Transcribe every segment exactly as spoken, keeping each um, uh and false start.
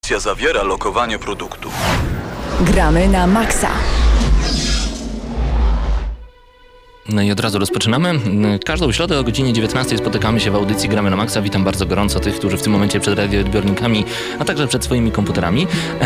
Akcja zawiera lokowanie produktu. Gramy na maksa. No i od razu rozpoczynamy. Każdą środę o godzinie dziewiętnastej spotykamy się w audycji Gramy na Maxa. Witam bardzo gorąco tych, którzy w tym momencie przed radioodbiornikami, a także przed swoimi komputerami.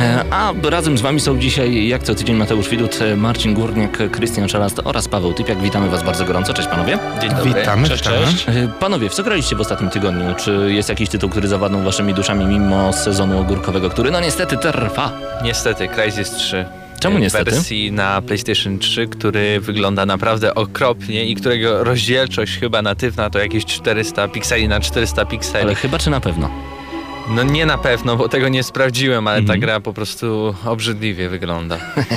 A razem z wami są dzisiaj, jak co tydzień, Mateusz Widut, Marcin Górniak, Krystian Szelast oraz Paweł Typiak. Witamy was bardzo gorąco. Cześć panowie. Dzień dobry. Witamy. Cześć, cześć. Panowie, w co graliście w ostatnim tygodniu? Czy jest jakiś tytuł, który zawładnął waszymi duszami mimo sezonu ogórkowego, który no niestety trwa? Niestety, Crysis trzy. Czemu niestety? W wersji na PlayStation trzy, który wygląda naprawdę okropnie i którego rozdzielczość chyba natywna to jakieś czterysta pikseli na czterysta pikseli. Ale chyba czy na pewno? No nie na pewno, bo tego nie sprawdziłem, ale mm. ta gra po prostu obrzydliwie wygląda.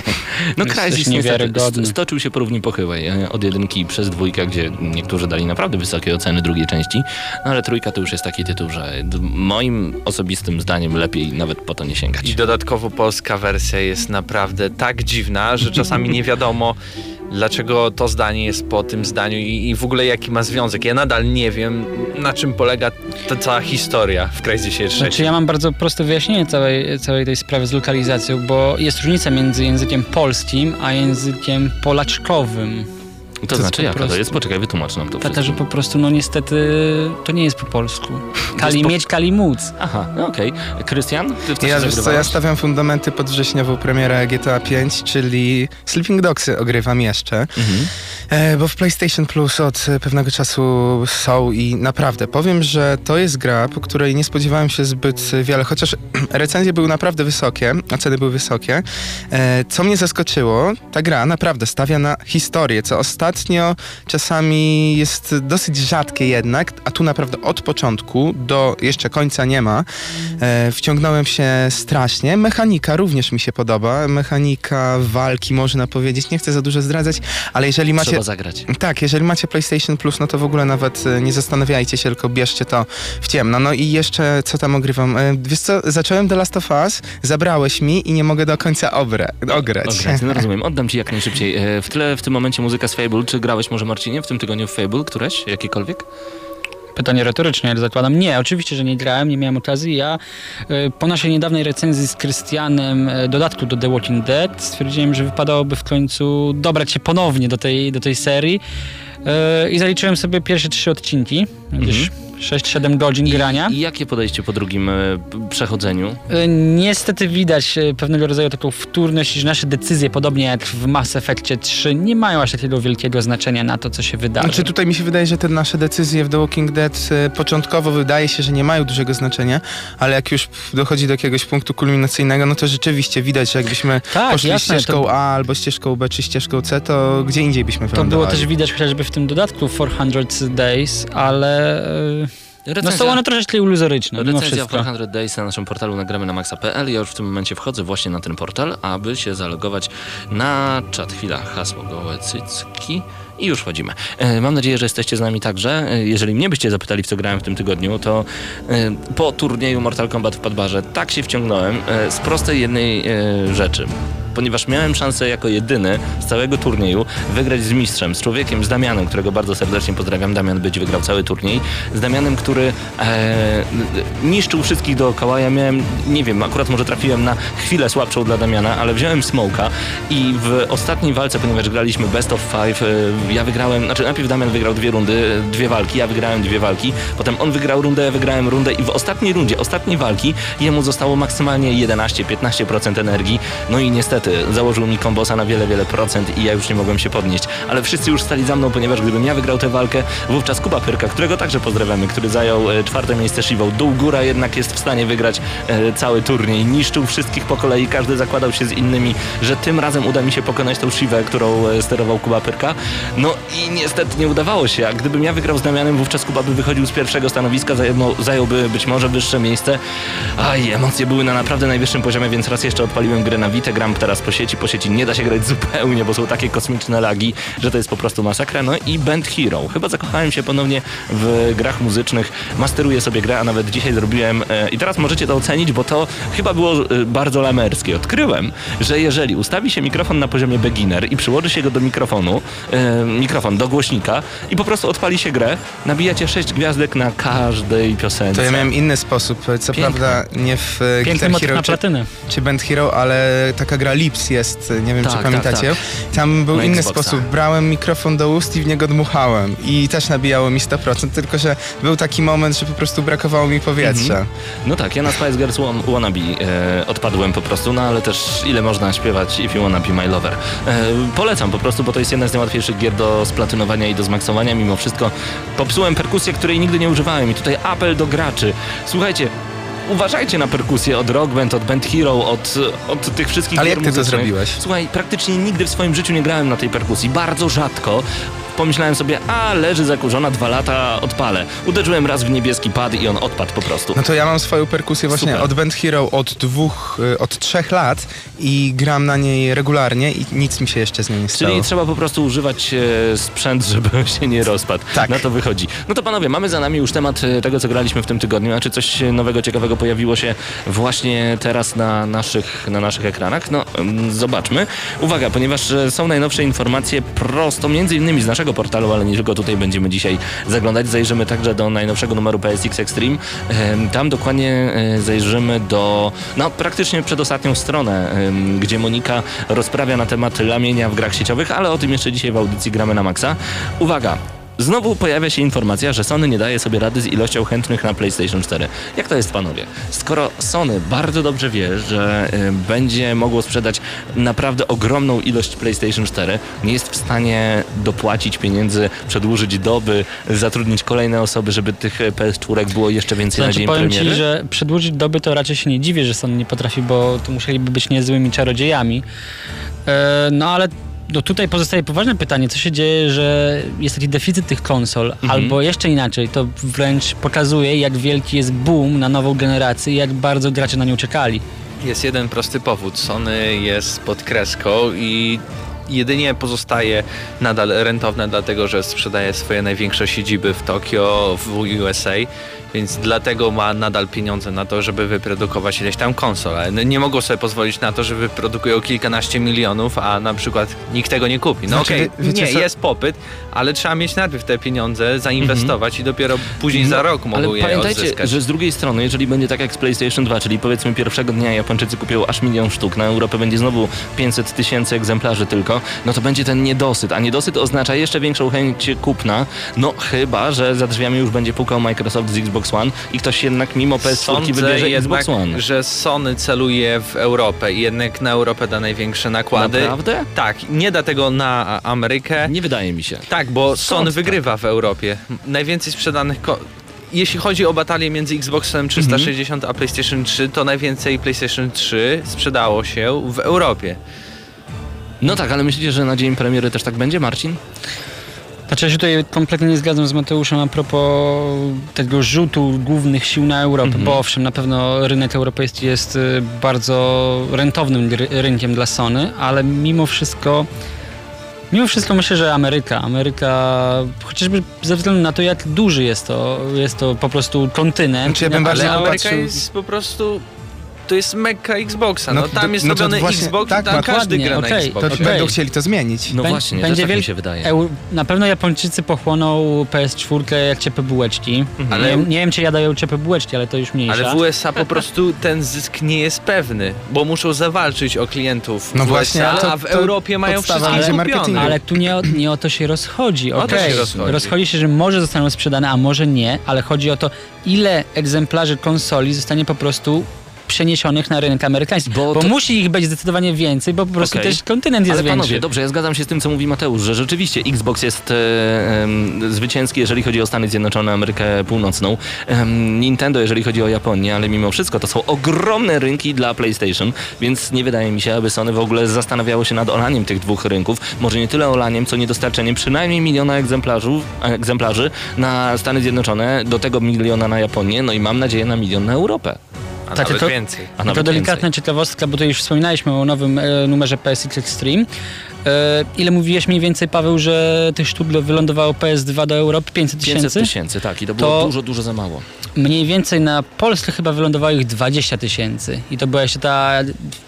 No Crysis niestety stoczył się po równi pochyłej. Od jedynki przez dwójkę, gdzie niektórzy dali naprawdę wysokie oceny drugiej części, no ale trójka to już jest taki tytuł, że moim osobistym zdaniem lepiej nawet po to nie sięgać. I dodatkowo polska wersja jest naprawdę tak dziwna, że czasami nie wiadomo, dlaczego to zdanie jest po tym zdaniu i, i w ogóle jaki ma związek. Ja nadal nie wiem, na czym polega ta cała historia w Crysisie trzy. Znaczy ja mam bardzo proste wyjaśnienie całej, całej tej sprawy z lokalizacją, bo jest różnica między językiem polskim a językiem polaczkowym. To, to znaczy jaka prostu... to jest? Poczekaj, wytłumacz nam to Taka, wszystko. że po prostu no niestety to nie jest po polsku. Kali po... mieć, kali móc. Aha, no okej. Okay. Krystian, ty w co Ja się wiesz co, ja stawiam fundamenty pod wrześniową premierę G T A pięć, czyli Sleeping Dogsy ogrywam jeszcze, mhm. e, bo w PlayStation Plus od pewnego czasu są i naprawdę powiem, że to jest gra, po której nie spodziewałem się zbyt wiele, chociaż recenzje były naprawdę wysokie, oceny były wysokie. E, co mnie zaskoczyło, ta gra naprawdę stawia na historię, co ostatnio Ostatnio czasami jest dosyć rzadkie jednak, a tu naprawdę od początku do jeszcze końca nie ma. E, wciągnąłem się strasznie. Mechanika również mi się podoba. Mechanika walki, można powiedzieć. Nie chcę za dużo zdradzać, ale jeżeli macie... Trzeba zagrać. Tak, jeżeli macie PlayStation Plus, no to w ogóle nawet nie zastanawiajcie się, tylko bierzcie to w ciemno. No i jeszcze, co tam ogrywam? E, wiesz co, zacząłem The Last of Us, zabrałeś mi i nie mogę do końca obre, ograć. Ograć, no rozumiem. Oddam ci jak najszybciej. E, w tle w tym momencie muzyka z Fable. Czy grałeś może, Marcinie, w tym tygodniu w Fable? Któreś? Jakiekolwiek? Pytanie retoryczne, ale zakładam. Nie, oczywiście, że nie grałem, nie miałem okazji. Ja y, po naszej niedawnej recenzji z Krystianem y, dodatku do The Walking Dead stwierdziłem, że wypadałoby w końcu dobrać się ponownie do tej, do tej serii y, i zaliczyłem sobie pierwsze trzy odcinki. Gdzieś mhm. sześć siedem godzin I, grania. I jakie podejście po drugim y, przechodzeniu? Y, niestety widać y, pewnego rodzaju taką wtórność, że nasze decyzje, podobnie jak w Mass Effectie trzy, nie mają aż takiego wielkiego znaczenia na to, co się wydarzy. Znaczy tutaj mi się wydaje, że te nasze decyzje w The Walking Dead y, początkowo wydaje się, że nie mają dużego znaczenia, ale jak już dochodzi do jakiegoś punktu kulminacyjnego, no to rzeczywiście widać, że jakbyśmy tak, poszli jasne, ścieżką to... A albo ścieżką B czy ścieżką C, to gdzie indziej byśmy wylądowali. To było też widać chociażby w tym dodatku czterysta Days, ale... Y... Recenzja, no są one troszeczkę iluzoryczne. Recenzja czterysta Days na naszym portalu nagramy na maxa kropka p l. Ja już w tym momencie wchodzę właśnie na ten portal, aby się zalogować na czat. Chwila, hasło gołe cycki. I już wchodzimy. E, mam nadzieję, że jesteście z nami także. E, jeżeli mnie byście zapytali, w co grałem w tym tygodniu, to e, po turnieju Mortal Kombat w Padbarze tak się wciągnąłem e, z prostej jednej e, rzeczy. Ponieważ miałem szansę jako jedyny z całego turnieju wygrać z mistrzem, z człowiekiem, z Damianem, którego bardzo serdecznie pozdrawiam. Damian Być wygrał cały turniej. Z Damianem, który e, niszczył wszystkich dookoła. Ja miałem, nie wiem, akurat może trafiłem na chwilę słabszą dla Damiana, ale wziąłem smoka i w ostatniej walce, ponieważ graliśmy best of five, e, ja wygrałem, znaczy najpierw Damian wygrał dwie rundy, dwie walki, ja wygrałem dwie walki, potem on wygrał rundę, ja wygrałem rundę i w ostatniej rundzie, ostatniej walki jemu zostało maksymalnie jedenaście do piętnastu procent energii, no i niestety założył mi kombosa na wiele, wiele procent i ja już nie mogłem się podnieść, ale wszyscy już stali za mną, ponieważ gdybym ja wygrał tę walkę, wówczas Kuba Pyrka, którego także pozdrawiamy, który zajął e, czwarte miejsce Shivą, dół góra jednak jest w stanie wygrać e, cały turniej, niszczył wszystkich po kolei, każdy zakładał się z innymi, że tym razem uda mi się pokonać tą Shivę, którą e, sterował Kuba Pyrka. No i niestety nie udawało się, a gdybym ja wygrał z Damianem, wówczas Kuba by wychodził z pierwszego stanowiska, zająłby być może wyższe miejsce. Aj, emocje były na naprawdę najwyższym poziomie, więc raz jeszcze odpaliłem grę na Vita, gram teraz teraz po sieci. Po sieci nie da się grać zupełnie, bo są takie kosmiczne lagi, że to jest po prostu masakra. No i Band Hero. Chyba zakochałem się ponownie w grach muzycznych. Masteruję sobie grę, a nawet dzisiaj zrobiłem e, i teraz możecie to ocenić, bo to chyba było e, bardzo lamerskie. Odkryłem, że jeżeli ustawi się mikrofon na poziomie beginner i przyłoży się go do mikrofonu, e, mikrofon do głośnika i po prostu odpali się grę, nabijacie sześć gwiazdek na każdej piosence. To ja miałem inny sposób, co Piękne. prawda nie w e, Piękny Guitar motyw Hero na czy, platynę. czy Band Hero, ale taka gra Lips jest, nie wiem Tak, czy tak, pamiętacie. tak. Tam był Na inny Xboxa. sposób, brałem mikrofon do ust i w niego dmuchałem i też nabijało mi sto procent, tylko że był taki moment, że po prostu brakowało mi powietrza. Mhm. No tak, ja na Spice Girls Wannabe e, odpadłem po prostu, no ale też ile można śpiewać If You Wanna Be My Lover. E, polecam po prostu, bo to jest jedna z najłatwiejszych gier do splatynowania i do zmaksowania. Mimo wszystko popsułem perkusję, której nigdy nie używałem i tutaj apel do graczy. Słuchajcie, uważajcie na perkusję od Rock Band, od Band Hero, od, od tych wszystkich Ale gier jak ty to muzycznych. zrobiłeś? Słuchaj, praktycznie nigdy w swoim życiu nie grałem na tej perkusji, bardzo rzadko. Pomyślałem sobie, a leży zakurzona, dwa lata, odpalę. Uderzyłem raz w niebieski pad i on odpadł po prostu. No to ja mam swoją perkusję właśnie Super. od Band Hero od dwóch, y, od trzech lat i gram na niej regularnie i nic mi się jeszcze z nią nie stało. Czyli trzeba po prostu używać e, sprzęt, żeby się nie rozpadł. Tak. Na to wychodzi. No to panowie, mamy za nami już temat e, tego, co graliśmy w tym tygodniu. A czy coś nowego, ciekawego pojawiło się właśnie teraz na naszych, na naszych ekranach? No, mm, zobaczmy. Uwaga, ponieważ e, są najnowsze informacje prosto, między innymi z naszego portalu, ale nie tylko tutaj będziemy dzisiaj zaglądać. Zajrzymy także do najnowszego numeru P S X Extreme. E, tam dokładnie e, zajrzymy do, no praktycznie przedostatnią stronę, e, gdzie Monika rozprawia na temat lamienia w grach sieciowych, ale o tym jeszcze dzisiaj w audycji Gramy na Maxa. Uwaga! Znowu pojawia się informacja, że Sony nie daje sobie rady z ilością chętnych na PlayStation cztery. Jak to jest, panowie? Skoro Sony bardzo dobrze wie, że y, będzie mogło sprzedać naprawdę ogromną ilość PlayStation cztery, nie jest w stanie dopłacić pieniędzy, przedłużyć doby, zatrudnić kolejne osoby, żeby tych P S cztery było jeszcze więcej na Znaczy dzień powiem premiery? ci, że przedłużyć doby to raczej się nie dziwię, że Sony nie potrafi, bo to musieliby być niezłymi czarodziejami. E, no ale no tutaj pozostaje poważne pytanie, co się dzieje, że jest taki deficyt tych konsol, Mhm. albo jeszcze inaczej, to wręcz pokazuje, jak wielki jest boom na nową generację i jak bardzo gracze na nią czekali. Jest jeden prosty powód. Sony jest pod kreską i jedynie pozostaje nadal rentowne, dlatego że sprzedaje swoje największe siedziby w Tokio, w U S A, więc dlatego ma nadal pieniądze na to, żeby wyprodukować ileś tam konsol. Ale nie mogą sobie pozwolić na to, że wyprodukują kilkanaście milionów, a na przykład nikt tego nie kupi. No Znaczy, okej, wie- wiecie nie, co? jest popyt, ale trzeba mieć najpierw te pieniądze, zainwestować i dopiero później za rok mogą Mhm. Ale je pamiętajcie, odzyskać. że z drugiej strony, jeżeli będzie tak jak z PlayStation dwa, czyli powiedzmy pierwszego dnia Japończycy kupią aż milion sztuk, na Europę będzie znowu pięćset tysięcy egzemplarzy tylko, no to będzie ten niedosyt, a niedosyt oznacza jeszcze większą chęć kupna, no chyba, że za drzwiami już będzie pukał Microsoft z Xbox One i ktoś jednak mimo P S cztery Sądzę wybierze jednak, Xbox One. że Sony celuje w Europę i jednak na Europę da największe nakłady. Naprawdę? Tak, nie da tego na Amerykę. Nie wydaje mi się. Tak, bo Skąd Sony tak? wygrywa w Europie. Najwięcej sprzedanych... Ko- Jeśli chodzi o batalię między Xboxem trzysta sześćdziesiąt a PlayStation trzy, to najwięcej PlayStation trzy sprzedało się w Europie. No tak, ale myślicie, że na dzień premiery też tak będzie, Marcin? Znaczy ja się tutaj kompletnie nie zgadzam z Mateuszem a propos tego rzutu głównych sił na Europę, Mhm. bo owszem, na pewno rynek europejski jest y, bardzo rentownym ry- rynkiem dla Sony, ale mimo wszystko Mimo wszystko myślę, że Ameryka, Ameryka, chociażby ze względu na to, jak duży jest to, jest to po prostu kontynent. Znaczy, ja bym ale bardziej Ale Ameryka popatrzył- jest po prostu... To jest mekka Xboxa. No, No tam to- jest no to robiony właśnie- Xbox, tak, tam no każdy dokładnie, gra na okej, To Xboxie. Okej. będą chcieli to zmienić. No Bę- właśnie, będzie też tak mi wielki- się wydaje. Eu, na pewno Japończycy pochłoną P S cztery jak ciepłe bułeczki. Ale- Nie, wiem- nie wiem, czy jadają ciepłe bułeczki, ale to już mniejsza. Ale w U S A po prostu ten zysk nie jest pewny, bo muszą zawalczyć o klientów No w właśnie, U S A, ale to- a w to Europie mają podstawa wszystkich będzie kupione. marketingu. Ale tu nie o, nie o to się rozchodzi. O to Okej, się rozchodzi. rozchodzi się, że może zostaną sprzedane, a może nie, ale chodzi o to, ile egzemplarzy konsoli zostanie po prostu przeniesionych na rynek amerykański. Bo Bo, to- musi ich być zdecydowanie więcej, bo po prostu Okej. też kontynent jest Ale panowie, większy. dobrze, ja zgadzam się z tym, co mówi Mateusz, że rzeczywiście Xbox jest e, em, zwycięski, jeżeli chodzi o Stany Zjednoczone, Amerykę Północną. Em, Nintendo, jeżeli chodzi o Japonię, ale mimo wszystko to są ogromne rynki dla PlayStation, więc nie wydaje mi się, aby Sony w ogóle zastanawiało się nad olaniem tych dwóch rynków. Może nie tyle olaniem, co niedostarczeniem przynajmniej miliona egzemplarzy, egzemplarzy na Stany Zjednoczone, do tego miliona na Japonię, no i mam nadzieję na milion na Europę. a Znaczy nawet to- więcej. A To nawet delikatna więcej. ciekawostka, bo tutaj już wspominaliśmy o nowym e, numerze P S X Extreme. E, ile mówiłeś mniej więcej, Paweł, że tych sztuk do- wylądowało P S dwa do Europy? pięćset pięćset tysięcy? tysięcy, tak. I to było To- dużo, dużo za mało. Mniej więcej na Polsce chyba wylądowało ich dwadzieścia tysięcy. I to była jeszcze ta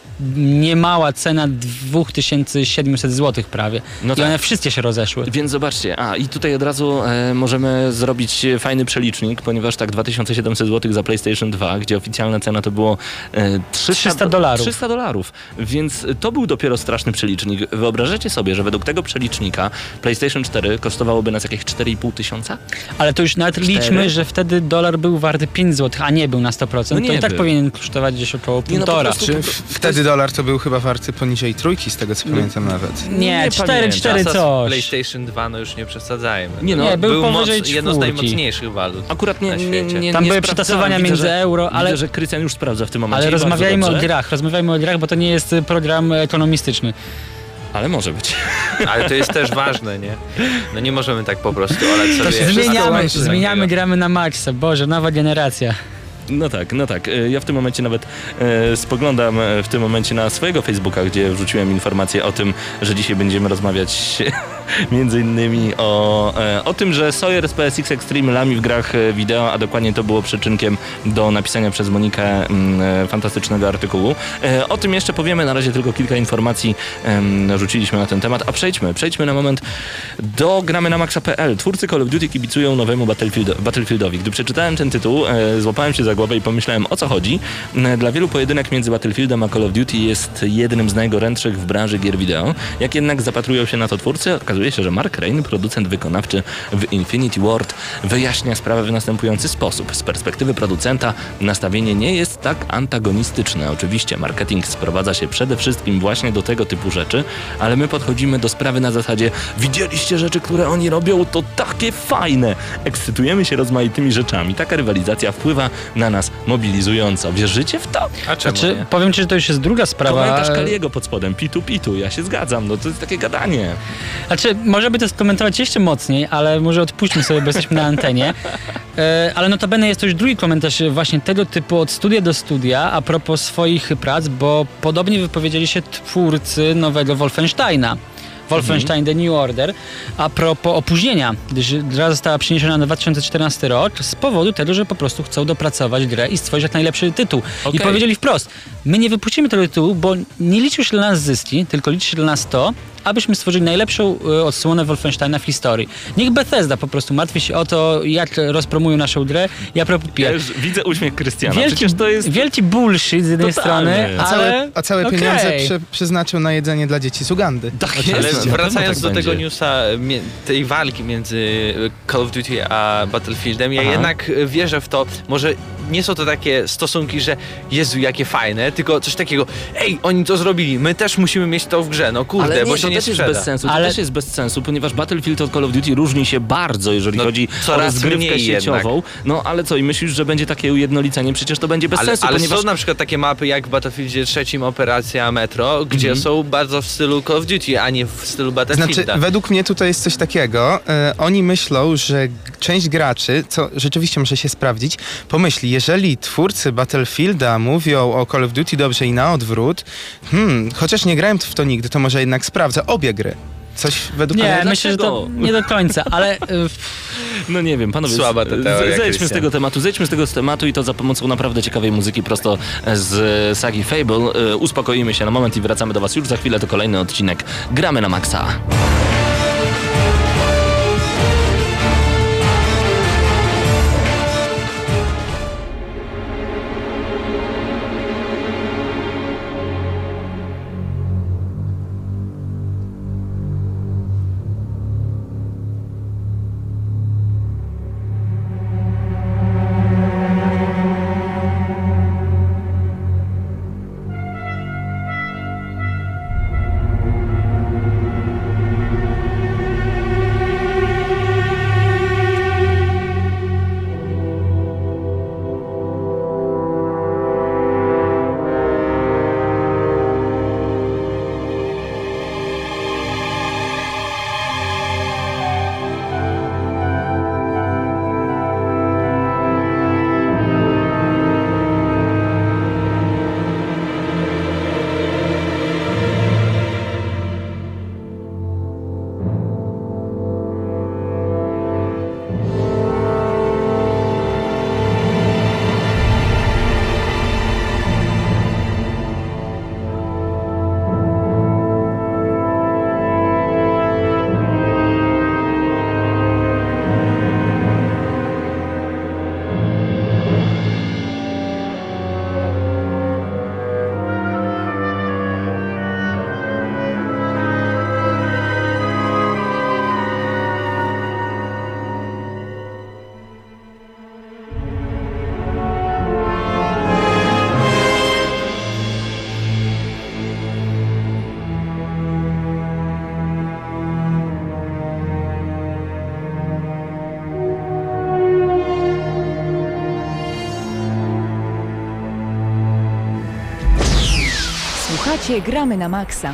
niemała cena dwa tysiące siedemset złotych prawie. No I tak. one wszystkie się rozeszły. Więc zobaczcie, a i tutaj od razu e, możemy zrobić fajny przelicznik, ponieważ tak dwa tysiące siedemset złotych za PlayStation dwa, gdzie oficjalna cena to było e, trzysta dolarów. trzysta dolarów, więc to był dopiero straszny przelicznik. Wyobrażacie sobie, że według tego przelicznika PlayStation cztery kosztowałoby nas jakieś cztery i pół tysiąca? Ale to już nawet Cztery? liczmy, że wtedy dolar był warty pięć złotych, a nie był na sto procent. No to nie i tak był. powinien kosztować gdzieś około Nie, no po półtora. prostu- Czy w, wtedy dolar to był chyba warty poniżej trójki, z tego co pamiętam nawet. Nie, Nie cztery, pamiętam. cztery Czasem coś. PlayStation dwa, no już nie przesadzajmy. Nie, no, Nie, był był powyżej moc, jedno z czwórki. najmocniejszych walut. Akurat nie, na nie, świecie. nie, Tam nie były sprawdzałem. przetasowania Widzę, między że- euro, ale, Widzę, że Krystian już sprawdza w tym momencie. ale i bardzo rozmawiajmy o dobrze. grach. Rozmawiajmy o grach, bo to nie jest y, program ekonomistyczny. Ale może być. Ale to jest też ważne, nie? No nie możemy tak po prostu olać To sobie... się wszystko Zmieniamy, łączy. zmieniamy, gramy na maksa. Boże, nowa generacja. No tak, no tak. E, Ja w tym momencie nawet e, spoglądam e, w tym momencie na swojego Facebooka, gdzie wrzuciłem informację o tym, że dzisiaj będziemy rozmawiać między innymi o, e, o tym, że Sawyer z P S X Extreme lami w grach e, wideo, a dokładnie to było przyczynkiem do napisania przez Monikę mm, e, fantastycznego artykułu. E, o tym jeszcze powiemy, na razie tylko kilka informacji em, rzuciliśmy na ten temat, a przejdźmy, przejdźmy na moment do gramy na maxa kropka p l. Twórcy Call of Duty kibicują nowemu Battlefield, Battlefieldowi. Gdy przeczytałem ten tytuł, e, złapałem się za głowę i pomyślałem, o co chodzi. E, Dla wielu pojedynek między Battlefieldem a Call of Duty jest jednym z najgorętszych w branży gier wideo. Jak jednak zapatrują się na to twórcy, okazuje się, że Mark Rain, producent wykonawczy w Infinity Ward, wyjaśnia sprawę w następujący sposób. Z perspektywy producenta nastawienie nie jest tak antagonistyczne. Oczywiście marketing sprowadza się przede wszystkim właśnie do tego typu rzeczy, ale my podchodzimy do sprawy na zasadzie widzieliście rzeczy, które oni robią, to takie fajne. Ekscytujemy się rozmaitymi rzeczami. Taka rywalizacja wpływa na nas mobilizująco. Wierzycie w to? A czemu Znaczy, nie? powiem ci, że to już jest druga sprawa. Komentarz Kaliego pod spodem. Pitu, pitu. Ja się zgadzam. No to jest takie gadanie. Znaczy, może by to skomentować jeszcze mocniej, ale może odpuśćmy sobie, bo jesteśmy na antenie. E, ale notabene jest to już drugi komentarz właśnie tego typu od studia do studia a propos swoich prac, bo podobnie wypowiedzieli się twórcy nowego Wolfensteina. Wolfenstein The New Order, a propos opóźnienia, gdyż gra została przeniesiona na dwa tysiące czternasty rok z powodu tego, że po prostu chcą dopracować grę i stworzyć jak najlepszy tytuł. I Okej. powiedzieli wprost, my nie wypuścimy tego tytułu, bo nie liczy się dla nas zyski, tylko liczy się dla nas to, abyśmy stworzyli najlepszą y, odsłonę Wolfensteina w historii. Niech Bethesda po prostu martwi się o to, jak rozpromują naszą grę. Ja propos Ja już widzę uśmiech Krystiana. Wielki, Przecież to jest... wielki bullshit z jednej Totalny. strony, A ale... całe, a całe okej. pieniądze przy, przeznaczył na jedzenie dla dzieci z Ugandy. Tak Ale jest. Na wracając pewno do tak tego będzie. newsa, mie- tej walki między Call of Duty a Battlefieldem, ja Aha. jednak e, wierzę w to, może nie są to takie stosunki, że Jezu, jakie fajne, tylko coś takiego, ej, oni to zrobili, my też musimy mieć to w grze, no kurde, Ale nie, bo to się nie też jest sprzeda. bez sensu. To Ale- też jest bez sensu, ponieważ Battlefield od Call of Duty różni się bardzo, jeżeli No, chodzi o coraz rozgrywkę mniej sieciową. No ale co, i myślisz, że będzie takie ujednolicenie? Przecież to będzie bez Ale, sensu, ale ponieważ... są na przykład takie mapy jak w Battlefieldzie trzecim Operacja Metro, gdzie Mhm. są bardzo w stylu Call of Duty, a nie w stylu Battlefielda. Znaczy, według mnie tutaj jest coś takiego. E, oni myślą, że g- część graczy, co rzeczywiście może się sprawdzić, pomyśli, jeżeli twórcy Battlefielda mówią o Call of Duty dobrze i na odwrót, hmm, chociaż nie grałem w to nigdy, to może jednak sprawdzę obie gry. Coś według Nie, mnie... myślę, że to dlaczego? nie do końca, ale y, No nie wiem, panowie, Słaba ta z- teoria, zejdźmy z Krystian. tego tematu, zejdźmy z tego tematu i to za pomocą naprawdę ciekawej muzyki prosto z sagi Fable. E, Uspokoimy się na moment i wracamy do was już za chwilę, to kolejny odcinek Gramy na Maxa. Słuchacie Gramy na Maxa.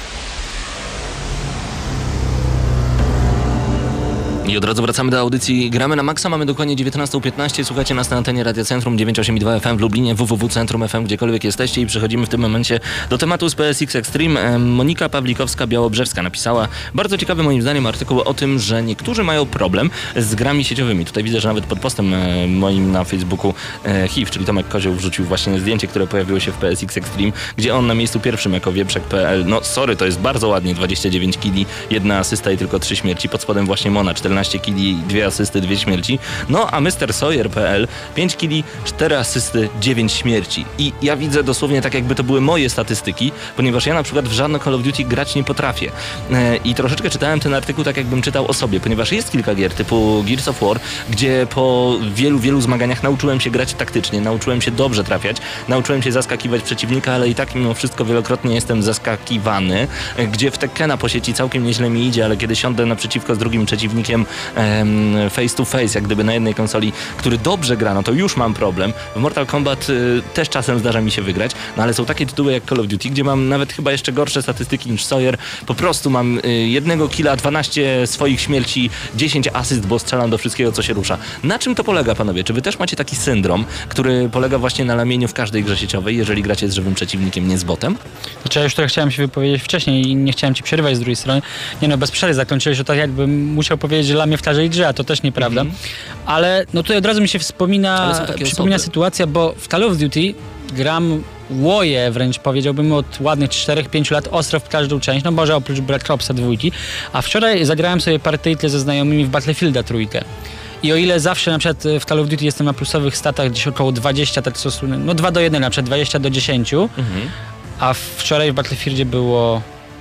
I od razu wracamy do audycji Gramy na Maxa. Mamy dokładnie dziewiętnasta piętnaście. Słuchacie nas na antenie Radia Centrum dziewięćdziesiąt osiem i dwa F M w Lublinie, w w w Centrum F M, gdziekolwiek jesteście. I przechodzimy w tym momencie do tematu z P S X Extreme. Monika Pawlikowska-Białobrzeska napisała bardzo ciekawy moim zdaniem artykuł o tym, że niektórzy mają problem z grami sieciowymi. Tutaj widzę, że nawet pod postem moim na Facebooku H I V, czyli Tomek Kozioł, wrzucił właśnie zdjęcie, które pojawiło się w P S X Extreme, gdzie on na miejscu pierwszym jako wieprzek kropka p l. No sorry, to jest bardzo ładnie. dwadzieścia dziewięć kili, jedna asysta i tylko trzy śmierci. Pod spodem właśnie Mona, czternaście kili, dwie asysty, dwie śmierci. No a mister Sawyer kropka p l, pięć kili, cztery asysty, dziewięć śmierci. I ja widzę dosłownie tak, jakby to były moje statystyki, ponieważ ja na przykład w żadne Call of Duty grać nie potrafię. E, I troszeczkę czytałem ten artykuł tak, jakbym czytał o sobie, ponieważ jest kilka gier typu Gears of War, gdzie po wielu, wielu zmaganiach nauczyłem się grać taktycznie, nauczyłem się dobrze trafiać, nauczyłem się zaskakiwać przeciwnika, ale i tak mimo wszystko wielokrotnie jestem zaskakiwany, e, gdzie w Tekkena po sieci całkiem nieźle mi idzie, ale kiedy siądę naprzeciwko z drugim przeciwnikiem e, face to face, jak gdyby na jednej konsoli, który dobrze gra, no to już mam problem. W Mortal Kombat y, też czasem zdarza mi się wygrać, no ale są takie tytuły jak Call of Duty, gdzie mam nawet chyba jeszcze gorsze statystyki niż Sawyer. Po prostu mam y, jednego killa, dwanaście swoich śmierci, dziesięć asyst, bo strzelam do wszystkiego, co się rusza. Na czym to polega, panowie? Czy wy też macie taki syndrom, który polega właśnie na lamieniu w każdej grze sieciowej, jeżeli gracie z żywym przeciwnikiem, nie z botem? Znaczy ja już trochę chciałem się wypowiedzieć wcześniej i nie chciałem ci przerywać z drugiej strony. Nie no, bez przerwy zakończyłeś to tak, jakbym musiał powiedzieć, że lamię w każdej grze, a to też nieprawda. Mm-hmm. Ale no tutaj od razu mi się wspomina, przypomina osoby. sytuacja, bo w Call of Duty gram łoje wręcz powiedziałbym od ładnych czterech pięciu lat ostro w każdą część, no może oprócz Black Opsa dwójki, a wczoraj zagrałem sobie partyjkę ze znajomymi w Battlefielda trójkę. I o ile zawsze na przykład w Call of Duty jestem na plusowych statach gdzieś około dwadzieścia, tak co, no dwa do jednego, na przykład dwadzieścia do dziesięciu, mhm. a wczoraj w Battlefieldzie było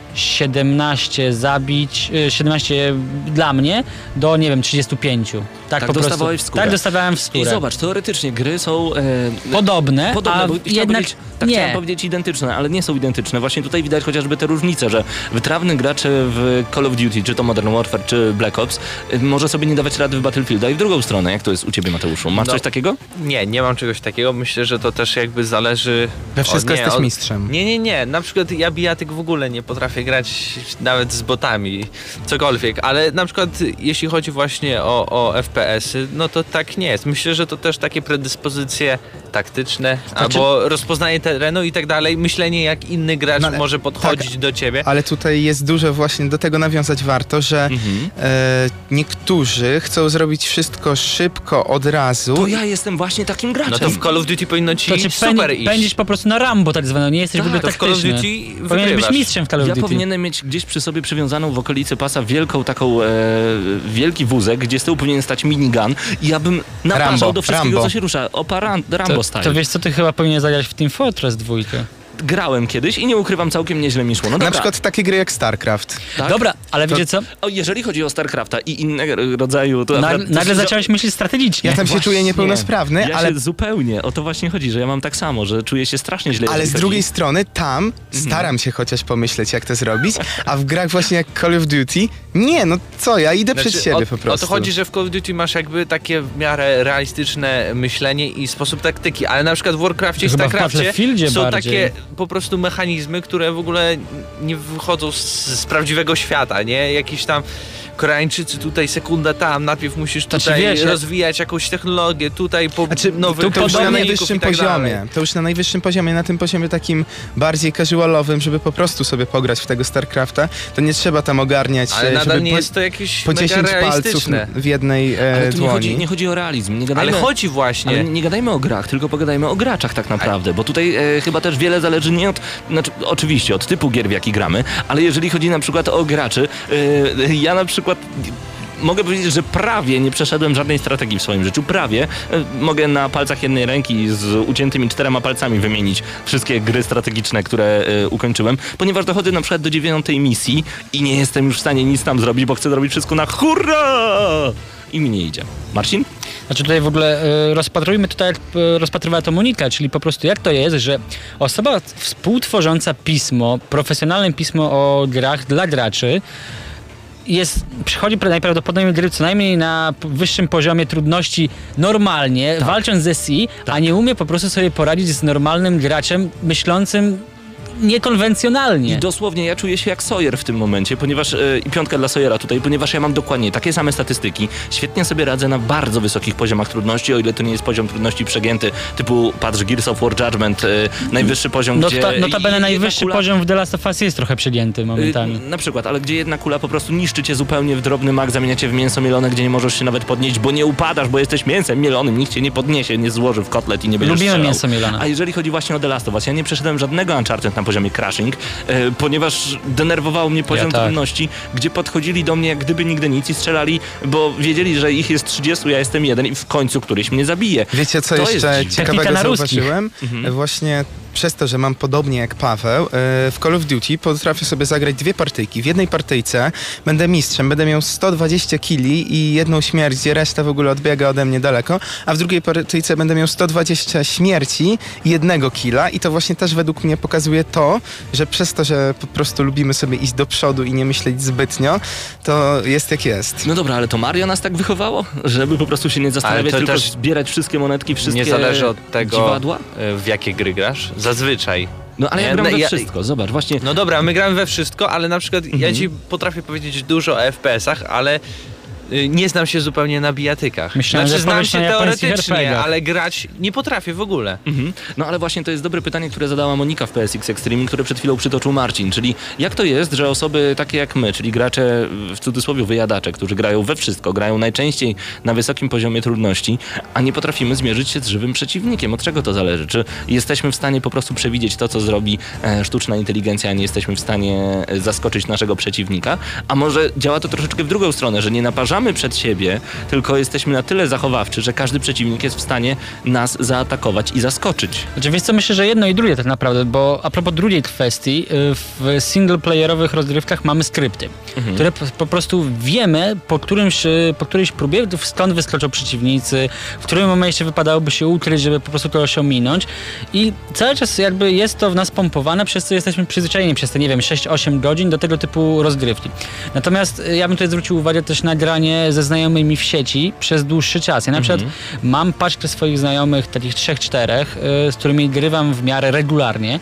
siedemnaście zabić, siedemnaście dla mnie do, nie wiem, trzydziestu pięciu. Tak, tak po dostawałeś prostu. w skórę. Tak dostawałem w skórę. I zobacz, teoretycznie gry są... E, podobne, podobne, a bo jednak tak nie. chciałem powiedzieć identyczne, ale nie są identyczne. Właśnie tutaj widać chociażby te różnice, że wytrawny gracz w Call of Duty, czy to Modern Warfare, czy Black Ops, może sobie nie dawać rady w Battlefielda i w drugą stronę. Jak to jest u ciebie, Mateuszu? Masz no, coś takiego? Nie, nie mam czegoś takiego. Myślę, że to też jakby zależy... We wszystko od, nie, jesteś od... mistrzem. Nie, nie, nie. Na przykład ja bijatyk w ogóle nie potrafię grać nawet z botami, cokolwiek, ale na przykład jeśli chodzi właśnie o, o F P S-y, no to tak nie jest. Myślę, że to też takie predyspozycje taktyczne, znaczy... albo rozpoznanie terenu i tak dalej, myślenie jak inny gracz no, ale, może podchodzić tak, do ciebie. Ale tutaj jest dużo właśnie, do tego nawiązać warto, że mhm. e, niektórzy chcą zrobić wszystko szybko, od razu. To ja jestem właśnie takim graczem. No to w Call of Duty powinno ci to super pędzi, iść. Pędzić po prostu na Rambo tak zwane, nie jesteś tak, w ogóle to taktyczny. w Call of Duty powinieneś być mistrzem w Call of ja Duty. Ja powinienem mieć gdzieś przy sobie przywiązaną w okolicy pasa wielką taką, e, wielki wózek, gdzie z tyłu powinien stać minigun i ja bym naparzał Rambo, do wszystkiego, Rambo. co się rusza. Opa, Rambo to, style. To wiesz co, ty chyba powinien zagrać w Team Fortress dwójkę. Grałem kiedyś i nie ukrywam, całkiem nieźle mi szło. No na przykład takie gry jak StarCraft. Tak? Dobra, ale to, wiecie co? O, jeżeli chodzi o StarCrafta i innego rodzaju... To Na, akurat, nagle to, zacząłeś myśleć strategicznie. Ja tam właśnie, się czuję niepełnosprawny, ja ale... Się zupełnie, o to właśnie chodzi, że ja mam tak samo, że czuję się strasznie źle. Ale z chodzi. drugiej strony tam staram mm. się chociaż pomyśleć, jak to zrobić, a w grach właśnie jak Call of Duty, nie, no co, ja idę znaczy, przed siebie o, po prostu. O to chodzi, że w Call of Duty masz jakby takie w miarę realistyczne myślenie i sposób taktyki, ale na przykład w Warcrafcie i StarCrafcie są bardziej. takie po prostu mechanizmy, które w ogóle nie wychodzą z, z prawdziwego świata, nie? Jakiś tam Koreańczycy tutaj, sekunda tam, najpierw musisz tutaj znaczy, wiesz, rozwijać jakąś technologię, tutaj po znaczy, nowy to, to już na najwyższym tak poziomie, dalej. to już na najwyższym poziomie, na tym poziomie takim bardziej casualowym, żeby po prostu sobie pograć w tego StarCrafta, to nie trzeba tam ogarniać, ale żeby nadal nie po, jest to jakieś po dziesięć palców w jednej e, ale tu dłoni. Nie chodzi, nie chodzi o realizm. Nie gadajmy, ale chodzi właśnie. Ale nie gadajmy o grach, tylko pogadajmy o graczach tak naprawdę, ale... bo tutaj e, chyba też wiele zależy nie od, znaczy oczywiście od typu gier, w jaki gramy, ale jeżeli chodzi na przykład o graczy, e, ja na przykład mogę powiedzieć, że prawie nie przeszedłem żadnej strategii w swoim życiu. Prawie. Mogę na palcach jednej ręki z uciętymi czterema palcami wymienić wszystkie gry strategiczne, które y, ukończyłem, ponieważ dochodzę na przykład do dziewiątej misji i nie jestem już w stanie nic tam zrobić, bo chcę zrobić wszystko na hurra! I mi nie idzie. Marcin? Znaczy tutaj w ogóle y, rozpatrujmy tutaj, jak y, rozpatrywała to Monika, czyli po prostu jak to jest, że osoba współtworząca pismo, profesjonalne pismo o grach dla graczy, jest, przychodzi najprawdopodobniej gry co najmniej na wyższym poziomie trudności normalnie, tak. walcząc ze C, tak. a nie umie po prostu sobie poradzić z normalnym graczem myślącym niekonwencjonalnie. I dosłownie ja czuję się jak Sawyer w tym momencie, ponieważ yy, i piątka dla Sawyera tutaj, ponieważ ja mam dokładnie takie same statystyki. Świetnie sobie radzę na bardzo wysokich poziomach trudności, o ile to nie jest poziom trudności przegięty, typu patrz Gears of War Judgment, yy, najwyższy poziom, No, gdzie... ta, notabene i- najwyższy jedna kula- poziom w The Last of Us jest trochę przegięty momentami. Yy, na przykład, ale gdzie jedna kula po prostu niszczy cię zupełnie w drobny mak, zamienia cię w mięso mielone, gdzie nie możesz się nawet podnieść, bo nie upadasz, bo jesteś mięsem mielonym, nikt cię nie podniesie, nie złoży w kotlet i nie będziesz Lubimy strzelał. mięso mielone. A jeżeli chodzi właśnie o The Last of Us, ja nie przeszedłem żadnego Uncharted na poziomie Crashing, e, ponieważ denerwował mnie poziom tak. trudności, gdzie podchodzili do mnie jak gdyby nigdy nic i strzelali, bo wiedzieli, że ich jest trzydzieści, ja jestem jeden i w końcu któryś mnie zabije. Wiecie, co To jeszcze jest technika ciekawego na ruskich. zauważyłem? Mhm. Właśnie przez to, że mam podobnie jak Paweł, e, w Call of Duty potrafię sobie zagrać dwie partyjki. W jednej partyjce będę mistrzem, będę miał sto dwadzieścia killi i jedną śmierć, gdzie reszta w ogóle odbiega ode mnie daleko, a w drugiej partyjce będę miał sto dwadzieścia śmierci i jednego killa i to właśnie też według mnie pokazuje to, że przez to, że po prostu lubimy sobie iść do przodu i nie myśleć zbytnio, to jest jak jest. No dobra, ale to Mario nas tak wychowało, żeby po prostu się nie zastanawiać, to tylko też zbierać wszystkie monetki, wszystkie Nie zależy od tego, dziwadła? y, w jakie gry grasz. Zazwyczaj. No ale ja Nie, gram no, we ja- wszystko, zobacz, właśnie... No dobra, my gramy we wszystko, ale na przykład ja Mhm. ci potrafię powiedzieć dużo o F P S-ach, ale y, nie znam się zupełnie na bijatykach. Myślałem, znaczy że znam powiesz się na japońskich teoretycznie, er pe gach. ale grać nie potrafię w ogóle. Mhm. No ale właśnie to jest dobre pytanie, które zadała Monika w P S X Extreme, które przed chwilą przytoczył Marcin, czyli jak to jest, że osoby takie jak my, czyli gracze w cudzysłowie wyjadacze, którzy grają we wszystko, grają najczęściej na wysokim poziomie trudności, a nie potrafimy zmierzyć się z żywym przeciwnikiem. Od czego to zależy? Czy jesteśmy w stanie po prostu przewidzieć to, co zrobi e, sztuczna inteligencja, a nie jesteśmy w stanie e, zaskoczyć naszego przeciwnika? A może działa to troszeczkę w drugą stronę, że nie naparzamy przed siebie, tylko jesteśmy na tyle zachowawczy, że każdy przeciwnik jest w stanie nas zaatakować i zaskoczyć. Znaczy, wiesz co, myślę, że jedno i drugie tak naprawdę, bo a propos drugiej kwestii, y, w singleplayerowych rozgrywkach mamy skrypty, Mhm. które po, po prostu wiemy, po, którymś, y, po którejś próbie, skąd wyskoczą przeciwnicy, w którym momencie wypadałoby się ukryć, żeby po prostu to się ominąć i cały czas jakby jest to w nas pompowane, przez co jesteśmy przyzwyczajeni przez te, nie wiem, sześć osiem godzin do tego typu rozgrywki. Natomiast y, ja bym tutaj zwrócił uwagę też na granie ze znajomymi w sieci przez dłuższy czas. Ja na przykład mam paczkę swoich znajomych, takich trzech, czterech, y, z którymi grywam w miarę regularnie.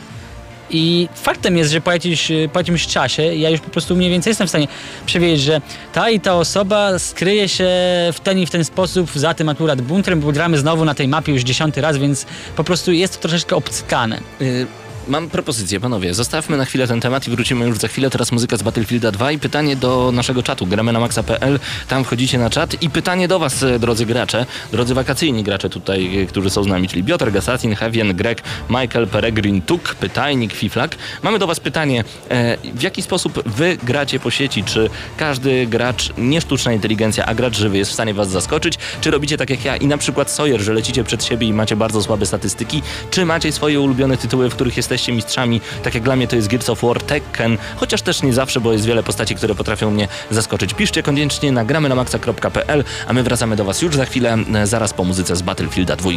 I faktem jest, że po jakimś, po jakimś czasie ja już po prostu mniej więcej jestem w stanie przewidzieć, że ta i ta osoba skryje się w ten i w ten sposób za tym akurat bunkrem, bo gramy znowu na tej mapie już dziesiąty raz, więc po prostu jest to troszeczkę obcykane. Y, Mam propozycję, panowie. Zostawmy na chwilę ten temat i wrócimy już za chwilę. Teraz muzyka z Battlefielda dwa i pytanie do naszego czatu. Gramy na maxa kropka p l, tam wchodzicie na czat i pytanie do was, e, drodzy gracze, drodzy wakacyjni gracze tutaj, e, którzy są z nami, czyli Piotr, Gasatin, Heavian, Greg, Michael, Peregrin, Tuk, Pytajnik, Fiflak. Mamy do was pytanie, e, w jaki sposób wy gracie po sieci? Czy każdy gracz, nie sztuczna inteligencja, a gracz żywy jest w stanie was zaskoczyć? Czy robicie tak jak ja i na przykład Sawyer, że lecicie przed siebie i macie bardzo słabe statystyki? Czy macie swoje ulubione tytuły, w których jesteście mistrzami? Tak jak dla mnie to jest Gears of War, Tekken, chociaż też nie zawsze, bo jest wiele postaci, które potrafią mnie zaskoczyć. Piszcie koniecznie na gramy na maxa kropka p l, a my wracamy do was już za chwilę, e, zaraz po muzyce z Battlefielda dwa.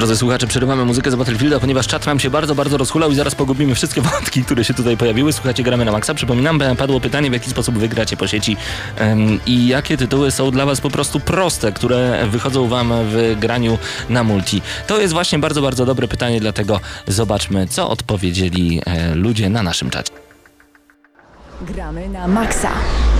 Drodzy słuchacze, przerywamy muzykę z Battlefielda, ponieważ czat nam się bardzo, bardzo rozhulał i zaraz pogubimy wszystkie wątki, które się tutaj pojawiły. Słuchajcie, gramy na maksa. Przypominam, padło pytanie, w jaki sposób wygracie po sieci um, i jakie tytuły są dla was po prostu proste, które wychodzą wam w graniu na multi. To jest właśnie bardzo, bardzo dobre pytanie, dlatego zobaczmy, co odpowiedzieli e, ludzie na naszym czacie. Gramy na maksa.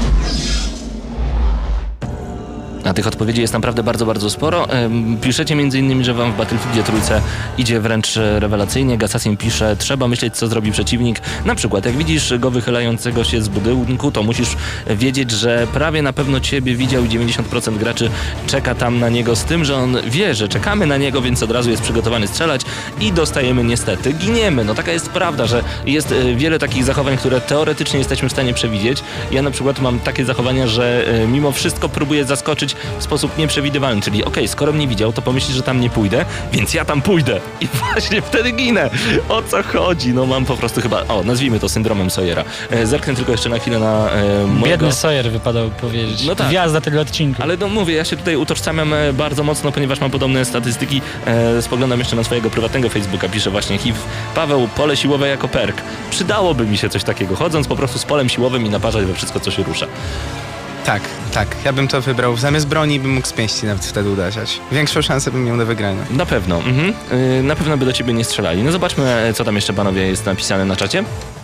A tych odpowiedzi jest naprawdę bardzo, bardzo sporo. Piszecie między innymi, że wam w Battlefieldzie trójce idzie wręcz rewelacyjnie. Gassassin pisze, trzeba myśleć, co zrobi przeciwnik. Na przykład, jak widzisz go wychylającego się z budynku, to musisz wiedzieć, że prawie na pewno ciebie widział i dziewięćdziesiąt procent graczy czeka tam na niego, z tym, że on wie, że czekamy na niego, więc od razu jest przygotowany strzelać i dostajemy niestety. Giniemy. No taka jest prawda, że jest wiele takich zachowań, które teoretycznie jesteśmy w stanie przewidzieć. Ja na przykład mam takie zachowania, że mimo wszystko próbuję zaskoczyć w sposób nieprzewidywalny, czyli okej, okay, skoro mnie widział, to pomyśli, że tam nie pójdę, więc ja tam pójdę i właśnie wtedy ginę. O co chodzi? No mam po prostu chyba, o, nazwijmy to syndromem Sawyera. E, zerknę tylko jeszcze na chwilę na e, mojego... Biedny Sawyer wypadało powiedzieć. No tak. Gwiazda tego odcinka. Ale no mówię, ja się tutaj utożsamiam e, bardzo mocno, ponieważ mam podobne statystyki. E, spoglądam jeszcze na swojego prywatnego Facebooka, pisze właśnie H I V. Paweł, pole siłowe jako perk. Przydałoby mi się coś takiego, chodząc po prostu z polem siłowym i naparzać we wszystko, co się rusza. Tak, tak. Ja bym to wybrał. Zamiast broni bym mógł z pięści nawet wtedy uderzać. Większą szansę bym miał do wygrania. Na pewno. Mhm. Yy, na pewno by do ciebie nie strzelali. No zobaczmy, co tam jeszcze, panowie, jest napisane na czacie.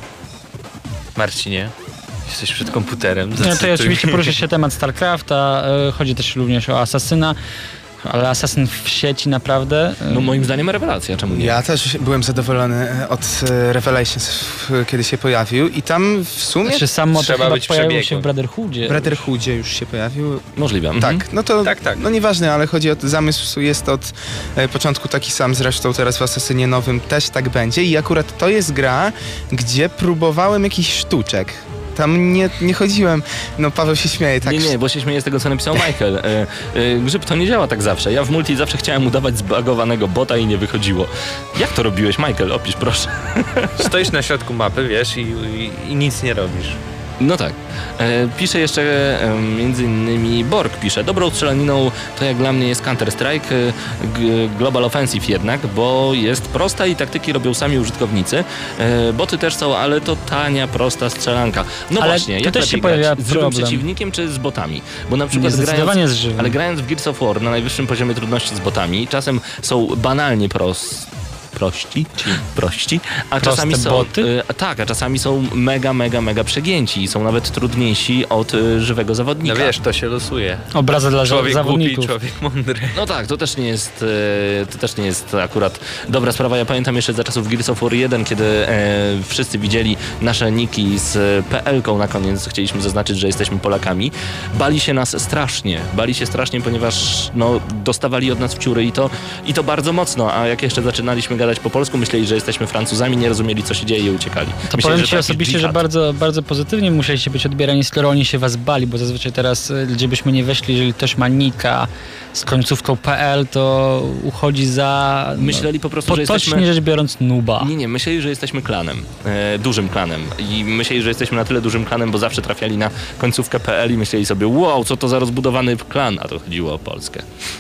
Marcinie, jesteś przed komputerem. No to ja oczywiście poruszę się temat StarCrafta. Yy, chodzi też również o Asasyna. Ale Assassin w sieci naprawdę... No moim zdaniem rewelacja, czemu nie? Ja też byłem zadowolony od Revelations, kiedy się pojawił i tam w sumie... Znaczy sam motyw Trzeba chyba być pojawił przebiegłym. się w Brotherhoodzie. W Brotherhoodzie już się pojawił. Możliwe. Mhm. Tak, no to Tak, tak. no nieważne, ale chodzi o to, zamysł jest od e, początku taki sam, zresztą teraz w Assassinie nowym też tak będzie i akurat to jest gra, gdzie próbowałem jakichś sztuczek. Tam nie, nie chodziłem, no Paweł się śmieje, tak? Nie, nie, bo się śmieję z tego, co napisał Michael. E, e, grzyb to nie działa tak zawsze. Ja w multi zawsze chciałem udawać zbagowanego bota i nie wychodziło. Jak to robiłeś, Michael? Opisz, proszę. Stoisz na środku mapy, wiesz, i, i, i nic nie robisz. No tak. E, pisze jeszcze e, między innymi Borg pisze, dobrą strzelaniną to jak dla mnie jest Counter-Strike, e, g, Global Offensive jednak, bo jest prosta i taktyki robią sami użytkownicy. E, boty też są, ale to tania, prosta strzelanka. No ale właśnie, tu jak też lepiej się pojawia grać? Z żywym problem. przeciwnikiem czy z botami? Bo na Nie, przykład zdecydowanie grając, z żywym. ale grając w Gears of War na najwyższym poziomie trudności z botami, czasem są banalnie proste. Prości, prości, a Proste czasami są, boty? y, tak, a czasami są mega, mega, mega przegięci i są nawet trudniejsi od y, żywego zawodnika. No wiesz, to się losuje. Obraza dla Człowiek zawodników. głupi, człowiek mądry. No tak, to też nie jest, y, to też nie jest akurat dobra sprawa. Ja pamiętam jeszcze za czasów Gears of War jeden, kiedy e, wszyscy widzieli nasze niki z P L-ką na koniec, chcieliśmy zaznaczyć, że jesteśmy Polakami. Bali się nas strasznie, bali się strasznie, ponieważ no, dostawali od nas wciury i to, i to bardzo mocno, a jak jeszcze zaczynaliśmy gadać po polsku, myśleli, że jesteśmy Francuzami, nie rozumieli, co się dzieje i uciekali. To Myśleli, powiem że ci to jakiś osobiście, że dżihad. bardzo, bardzo pozytywnie musieliście być odbierani, skoro oni się was bali, bo zazwyczaj teraz, y, gdzie byśmy nie weszli, jeżeli ktoś ma nika z końcówką P L, to uchodzi za... no, Myśleli po prostu, że potocznie jesteśmy... rzecz biorąc nuba. Nie, nie, myśleli, że jesteśmy klanem, e, dużym klanem i myśleli, że jesteśmy na tyle dużym klanem, bo zawsze trafiali na końcówkę P L i myśleli sobie, wow, co to za rozbudowany klan, a to chodziło o Polskę.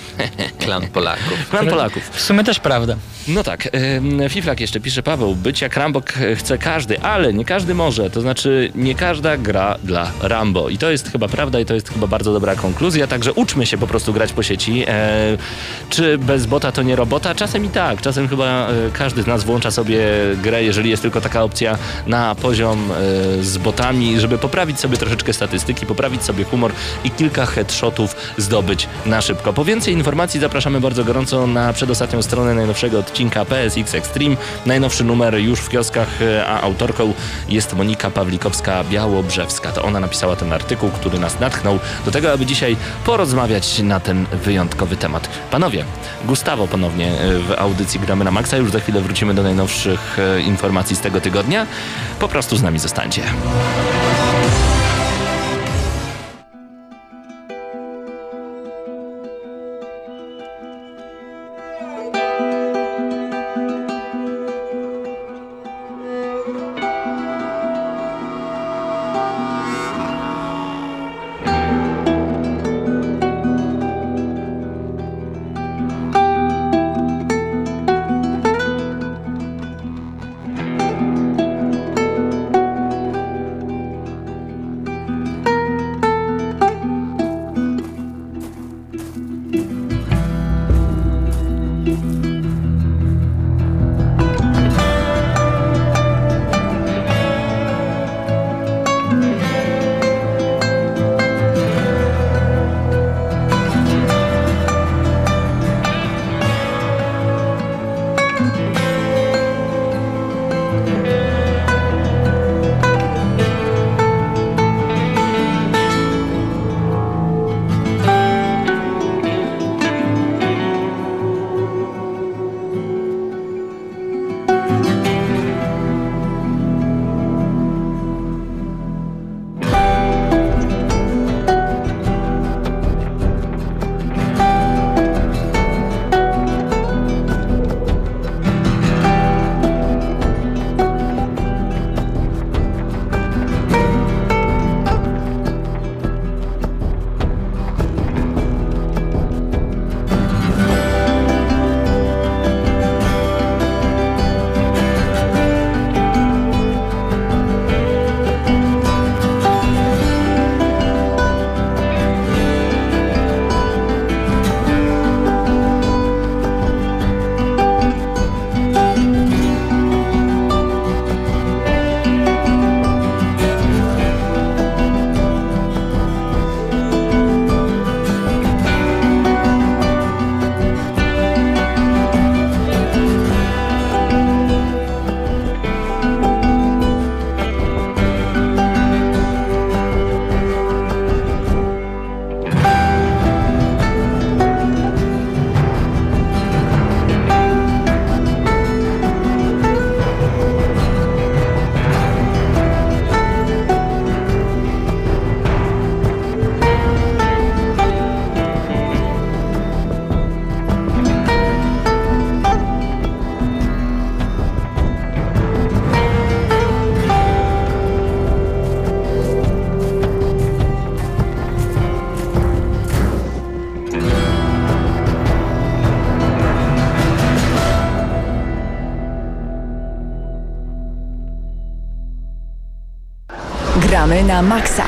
Klan Polaków. Klan Polaków. W sumie też prawda. No tak, e, Fiflak jeszcze pisze, Paweł, być jak Rambo chce każdy, ale nie każdy może, to znaczy nie każda gra dla Rambo i to jest chyba prawda i to jest chyba bardzo dobra konkluzja, także uczmy się po prostu grać po sieci. E, czy bez bota to nie robota? Czasem i tak, czasem chyba e, każdy z nas włącza sobie grę, jeżeli jest tylko taka opcja na poziom e, z botami, żeby poprawić sobie troszeczkę statystyki, poprawić sobie humor i kilka headshotów zdobyć na szybko. Po więcej informacji zapraszamy bardzo gorąco na przedostatnią stronę najnowszego odcinka P S X Extreme. Najnowszy numer już w kioskach, a autorką jest Monika Pawlikowska-Białobrzewska. To ona napisała ten artykuł, który nas natchnął do tego, aby dzisiaj porozmawiać na ten wyjątkowy temat. Panowie, Gustawo ponownie w audycji Gramy na Maxa. Już za chwilę wrócimy do najnowszych informacji z tego tygodnia. Po prostu z nami zostańcie. Gramy na maksa.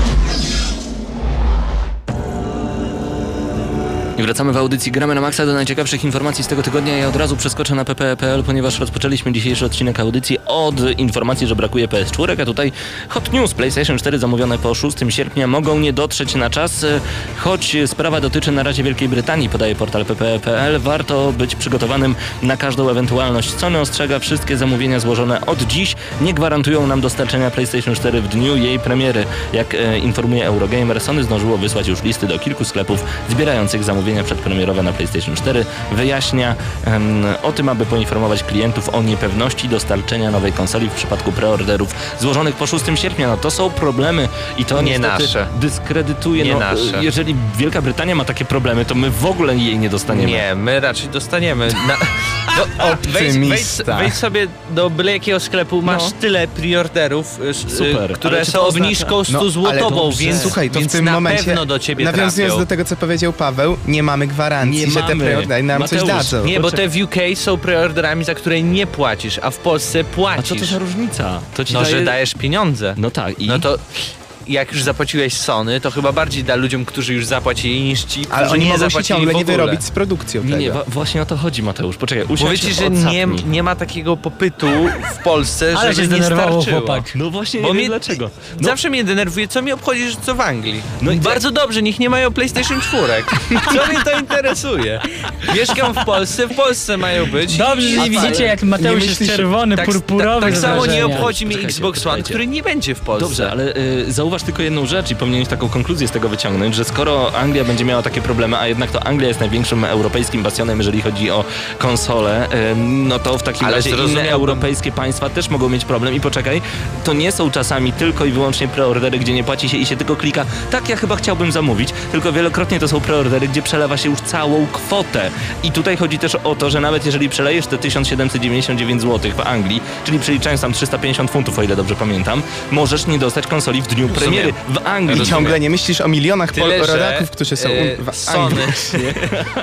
I wracamy w audycji Gramy na Maxa do najciekawszych informacji z tego tygodnia. Ja od razu przeskoczę na p p e kropka p l, ponieważ rozpoczęliśmy dzisiejszy odcinek audycji od informacji, że brakuje P S cztery, a tutaj hot news. PlayStation cztery zamówione po szóstego sierpnia mogą nie dotrzeć na czas, choć sprawa dotyczy na razie Wielkiej Brytanii, podaje portal p p e kropka p l. Warto być przygotowanym na każdą ewentualność. Sony ostrzega, wszystkie zamówienia złożone od dziś nie gwarantują nam dostarczenia PlayStation cztery w dniu jej premiery. Jak e, informuje Eurogamer, Sony zdążyło wysłać już listy do kilku sklepów zbierających zamówienia przedpremierowe na PlayStation cztery. Wyjaśnia um, o tym, aby poinformować klientów o niepewności dostarczenia nowej konsoli w przypadku preorderów złożonych po szóstego sierpnia. No to są problemy i to nie niestety nasze. dyskredytuje. Nie no, nasze. Jeżeli Wielka Brytania ma takie problemy, to my w ogóle jej nie dostaniemy. Nie, my raczej dostaniemy. Na, no, wejdź, wejdź, wejdź sobie do byle jakiego sklepu, masz No. tyle preorderów, y, Super. które Ale czy są to oznacza- obniżką sto ale złotową, dobrze. więc, Słuchaj, to więc w tym na momencie, pewno do ciebie nawiązując trafią. do tego, co powiedział Paweł, nie mamy gwarancji, Nie że te mamy. preordery nam coś Mateusz, dadzą. Nie, bo te w U K są preorderami, za które nie płacisz, a w Polsce A płacisz. co to za różnica? To ci No, daje... że dajesz pieniądze. No tak. I... No to jak już zapłaciłeś Sony, to chyba bardziej da ludziom, którzy już zapłacili, niż ci, którzy Ale oni nie mogą się zapłacili ciągle w nie ogóle. wyrobić z produkcją Nie, tego. nie, wa- właśnie o to chodzi, Mateusz. Poczekaj, usiądź, Mówię ci, że nie, odsapnij. nie ma takiego popytu w Polsce, Ale się żeby nie zdenerwował starczyło. chłopak. No właśnie, Bo nie mnie- wiem dlaczego. No, Zawsze mnie denerwuje, co mi obchodzi, że co w Anglii. No i Bardzo dobrze, niech nie mają PlayStation cztery. Co mnie to interesuje? Mieszkam w Polsce, w Polsce mają być. Dobrze, że I- nie widzicie, jak Mateusz nie jest myślisz- czerwony, tak, purpurowy. tak, tak z samo nie wrażenia. obchodzi mnie Czekajcie, Xbox One, poczekajcie. który nie będzie w Polsce. Dobrze, ale y, zauważ tylko jedną rzecz i powinieneś taką konkluzję z tego wyciągnąć, że skoro Anglia będzie miała takie problemy, a jednak to Anglia jest największym europejskim bastionem, jeżeli chodzi o konsole, y, no to w takim Ale razie inne zrozumiałbym- europejskie państwa też mogą mieć problem. I poczekaj, to nie są czasami tylko i wyłącznie preordery, gdzie nie płaci się i się tylko klika. Tak, ja chyba chciałbym zamówić, tylko wielokrotnie to są preordery, gdzie przelewa się już całą kwotę. I tutaj chodzi też o to, że nawet jeżeli przelejesz te tysiąc siedemset dziewięćdziesiąt dziewięć złotych w Anglii, czyli przeliczając tam trzysta pięćdziesiąt funtów, o ile dobrze pamiętam, możesz nie dostać konsoli w dniu premiery w Anglii. I ciągle nie myślisz o milionach Tyle, Pol- że, rodaków, którzy są e, w Sony Anglii.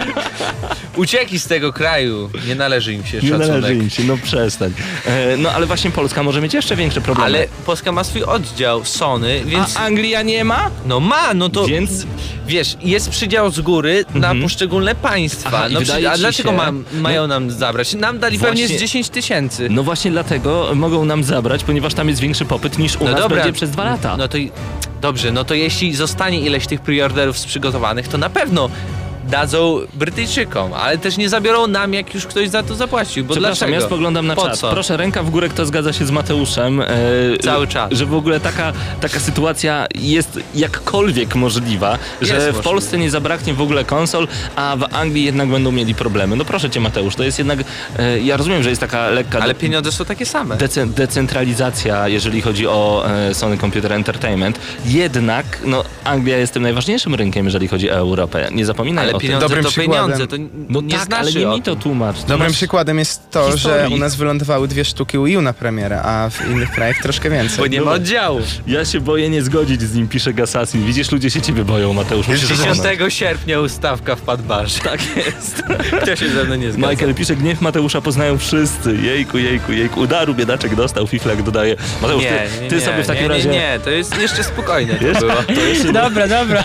uciekli z tego kraju. Nie należy im się Nie szacunek. należy im się, no przestań. E, no ale właśnie Polska może mieć jeszcze większe problemy. Ale Polska ma swój oddział Sony, więc... A Anglia nie ma? No ma, no to Więc... wiesz, jest przydział z góry na Mhm. poszczególne państwa. Aha, i no, wydaje a ci dlaczego się- ma, no- mają nam zabrać? Nam dali Właśnie- pewnie z dziesięć tysięcy. No właśnie dlatego mogą nam zabrać, ponieważ tam jest większy popyt niż u No nas dobra. będzie przez dwa lata. No to i- dobrze, no to jeśli zostanie ileś tych preorderów przygotowanych, to na pewno dadzą Brytyjczykom, ale też nie zabiorą nam, jak już ktoś za to zapłacił, bo Przepraszam, dlaczego? ja spoglądam na Po czat. co? Proszę, ręka w górę, kto zgadza się z Mateuszem. E, Cały czas. Że w ogóle taka, taka sytuacja jest jakkolwiek możliwa, że Jest w możliwe. Polsce nie zabraknie w ogóle konsol, a w Anglii jednak będą mieli problemy. No proszę cię, Mateusz, to jest jednak... E, ja rozumiem, że jest taka lekka... Ale de- pieniądze są takie same. Dece- decentralizacja, jeżeli chodzi o e, Sony Computer Entertainment. Jednak, no, Anglia jest tym najważniejszym rynkiem, jeżeli chodzi o Europę. Nie zapominaj Ale o tym. pieniądze Dobrym to przykładem. pieniądze, to No nie tak, znaczy ale nie o mi to tym. tłumacz. Ty Dobrym masz- przykładem jest to, historii. że u nas wylądowały dwie sztuki Wii U na premierę, a w innych krajach troszkę więcej. Bo nie ma oddziału. Ja się boję nie zgodzić z nim, pisze Gassassin. Widzisz, ludzie się ciebie boją, Mateusz. Musisz Jest zrozumieć. dziesiątego sierpnia ustawka w Padbarze. Tak jest. Kto się ze mną nie zgadza? Michael pisze, gniew Mateusza poznają wszyscy. Jejku, jejku, jejku. Udaru biedaczek dostał, Fiflak dodaje. Mateusz, Nie, ty, nie, ty nie, sobie w takim nie, razie... Nie, nie, to jest jeszcze spokojne to Wiesz? było. To jeszcze... Dobra, dobra.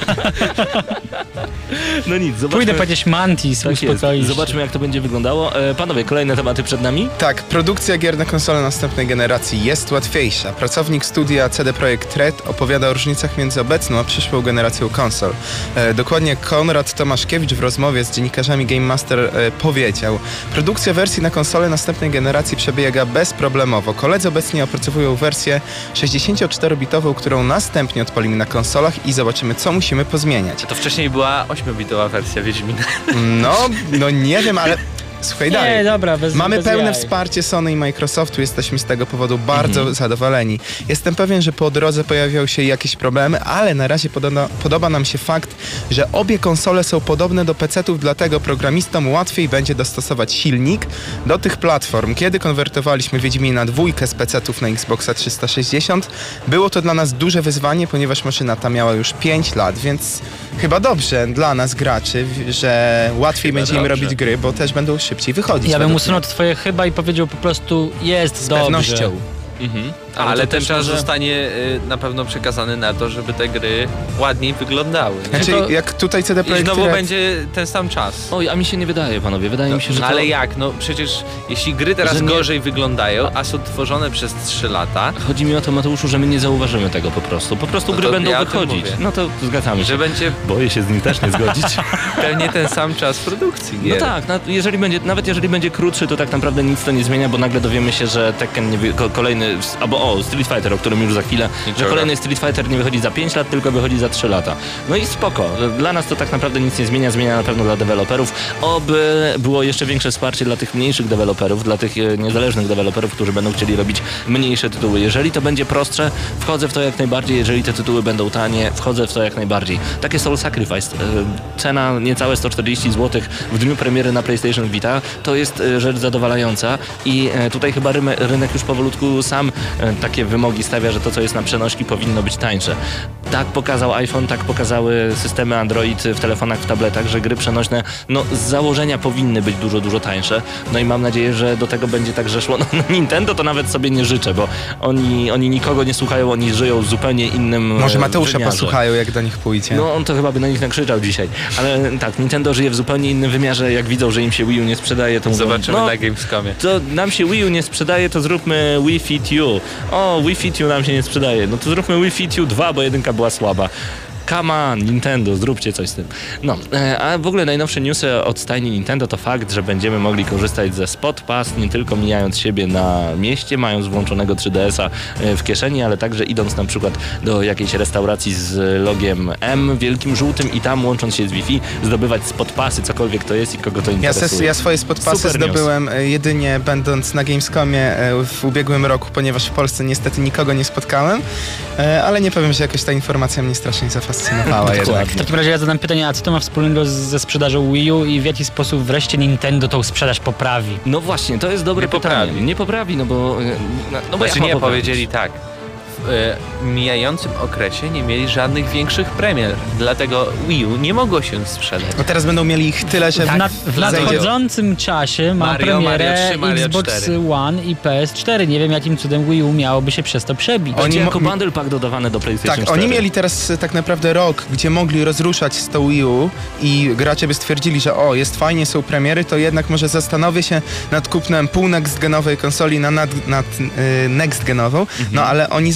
No nic, zobaczmy. Pójdę po jakieś mantis, Tak jest. uspokoić. Zobaczmy, jak to będzie wyglądało. E, panowie, kolejne tematy przed nami. Tak, produkcja gier na konsolę następnej generacji jest łatwiejsza. Pracownik studia C D Projekt Red opowiada o różnicach między obecną a przyszłą generacją konsol. E, dokładnie Konrad Tomaszkiewicz w rozmowie z dziennikarzami Game Master e, powiedział: produkcja wersji na konsolę następnej generacji przebiega bezproblemowo. Koledzy obecnie opracowują wersję sześćdziesięcioczterobitową, którą następnie odpalimy na konsolach i zobaczymy, co musimy pozmieniać. To wcześniej była ośmiobitowa wersja Wiedźmina. No, no nie wiem, ale słuchaj Nie, dalej. dobra, bez Mamy bez pełne jaj. wsparcie Sony i Microsoftu, jesteśmy z tego powodu bardzo Mhm. zadowoleni. Jestem pewien, że po drodze pojawią się jakieś problemy, ale na razie podoba, podoba nam się fakt, że obie konsole są podobne do pecetów, dlatego programistom łatwiej będzie dostosować silnik do tych platform. Kiedy konwertowaliśmy Wiedźmina dwójkę z pecetów na Xboxa trzysta sześćdziesiąt, było to dla nas duże wyzwanie, ponieważ maszyna ta miała już pięć lat, więc chyba dobrze dla nas graczy, że łatwiej Chyba będzie im dobrze. robić gry, bo też będą szybciej wychodzić. Ja bym według usunął to twoje chyba i powiedział po prostu jest Z dobrze. pewnością. Mhm. Ale, to ten też czas może- zostanie y, na pewno przekazany na to, żeby te gry ładniej wyglądały. nie? Znaczy, to- jak tutaj C D I Projekt znowu Red... będzie ten sam czas. Oj, a mi się nie wydaje, panowie. Wydaje mi się, że No, to... ale jak? No przecież jeśli gry teraz Że nie- gorzej wyglądają, a są tworzone przez trzy lata, Chodzi mi o to, Mateuszu, że my nie zauważymy tego po prostu. Po prostu No gry to będą ja o tym wychodzić. mówię. No to zgadzamy się. że będzie Boję się z nim też nie zgodzić. pewnie ten sam czas produkcji No gier. tak, na, jeżeli będzie, nawet jeżeli będzie krótszy, to tak naprawdę nic to nie zmienia, bo nagle dowiemy się, że Tekken nie wy, ko, kolejny, albo o, Street Fighter, o którym już za chwilę, że Niczego. kolejny Street Fighter nie wychodzi za pięć lat, tylko wychodzi za trzy lata. No i spoko. Dla nas to tak naprawdę nic nie zmienia, zmienia na pewno dla deweloperów. Oby było jeszcze większe wsparcie dla tych mniejszych deweloperów, dla tych e, niezależnych deweloperów, którzy będą chcieli robić mniejsze tytuły. Jeżeli to będzie prostsze, wchodzę w to jak najbardziej. Jeżeli te tytuły będą tanie, wchodzę w to jak najbardziej. Takie Soul Sacrifice. E, cena niecałe sto czterdzieści złotych w dniu premiery na PlayStation Vita to jest e, rzecz zadowalająca i e, tutaj chyba ryme, rynek już powolutku sam e, takie wymogi stawia, że to, co jest na przenośki, powinno być tańsze. Tak pokazał iPhone, tak pokazały systemy Android w telefonach, w tabletach, że gry przenośne no, z założenia powinny być dużo, dużo tańsze. No i mam nadzieję, że do tego będzie także szło. No, Nintendo to nawet sobie nie życzę, bo oni, oni nikogo nie słuchają, oni żyją w zupełnie innym Może e, Mateusza wymiarze. posłuchają, jak do nich pójdzie. No on to chyba by na nich nakrzyczał dzisiaj. Ale tak, Nintendo żyje w zupełnie innym wymiarze. Jak widzą, że im się Wii U nie sprzedaje, to mówią, Zobaczymy no, na Gamescomie. to nam się Wii U nie sprzedaje, to zróbmy Wii Fit U. O, Wii Fit U nam się nie sprzedaje. No to zróbmy Wii Fit U dwa, bo jedynka była słaba. Come on, Nintendo, zróbcie coś z tym. No, e, a w ogóle najnowsze newsy od stajni Nintendo to fakt, że będziemy mogli korzystać ze Spot Pass, nie tylko mijając siebie na mieście, mając włączonego trzy D S a e, w kieszeni, ale także idąc na przykład do jakiejś restauracji z logiem M wielkim, żółtym i tam łącząc się z Wi-Fi, zdobywać Spot Passy, cokolwiek to jest i kogo to Ja, interesuje. ses, ja swoje spotpasy Super news. zdobyłem e, jedynie będąc na Gamescomie e, w ubiegłym roku, ponieważ w Polsce niestety nikogo nie spotkałem, e, ale nie powiem, że jakoś ta informacja mnie strasznie zafascynowała jednak. W takim razie ja zadam pytanie, a co to ma wspólnego z, ze sprzedażą Wii U i w jaki sposób wreszcie Nintendo tą sprzedaż poprawi? No właśnie, to jest dobre Nie pytanie. poprawi. Nie poprawi, no bo... e, No, no bo Znaczy jak ma nie, poprawić? powiedzieli tak. W e, mijającym okresie nie mieli żadnych większych premier, dlatego Wii U nie mogło się sprzedać. No teraz będą mieli ich tyle, że W, nad, w zajdzie- nadchodzącym czasie ma Mario, premierę Mario trzy, Mario Xbox cztery. One i P S cztery. Nie wiem, jakim cudem Wii U miałoby się przez to przebić. Będzie Oni jako mo- bundle pack dodawany do PlayStation Tak, cztery. oni mieli teraz e, tak naprawdę rok, gdzie mogli rozruszać z tą Wii U i gracze by stwierdzili, że o, jest fajnie, są premiery, to jednak może zastanowię się nad kupnem pół next-genowej konsoli na nad, nad, y, next-genową, no ale oni za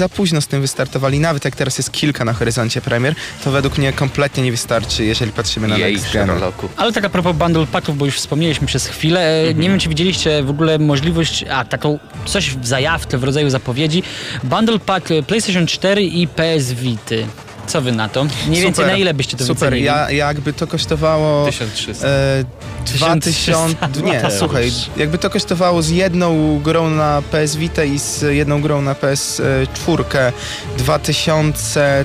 za późno z tym wystartowali. Nawet jak teraz jest kilka na horyzoncie premier, to według mnie kompletnie nie wystarczy, jeżeli patrzymy na Jej, next gen. Sherlocku. Ale tak a propos bundle packów, bo już wspomnieliśmy przez chwilę, Mhm. nie wiem czy widzieliście w ogóle możliwość, a taką coś w zajawce, w rodzaju zapowiedzi, bundle pack PlayStation cztery i P S Vity. Co wy na to? Mniej więcej na ile byście to Super, wycenili? ja, jakby to kosztowało tysiąc trzysta. e, dwa tysiące... Nie, Mateusz. słuchaj, jakby to kosztowało z jedną grą na P S Vita i z jedną grą na P S cztery dwa tysiące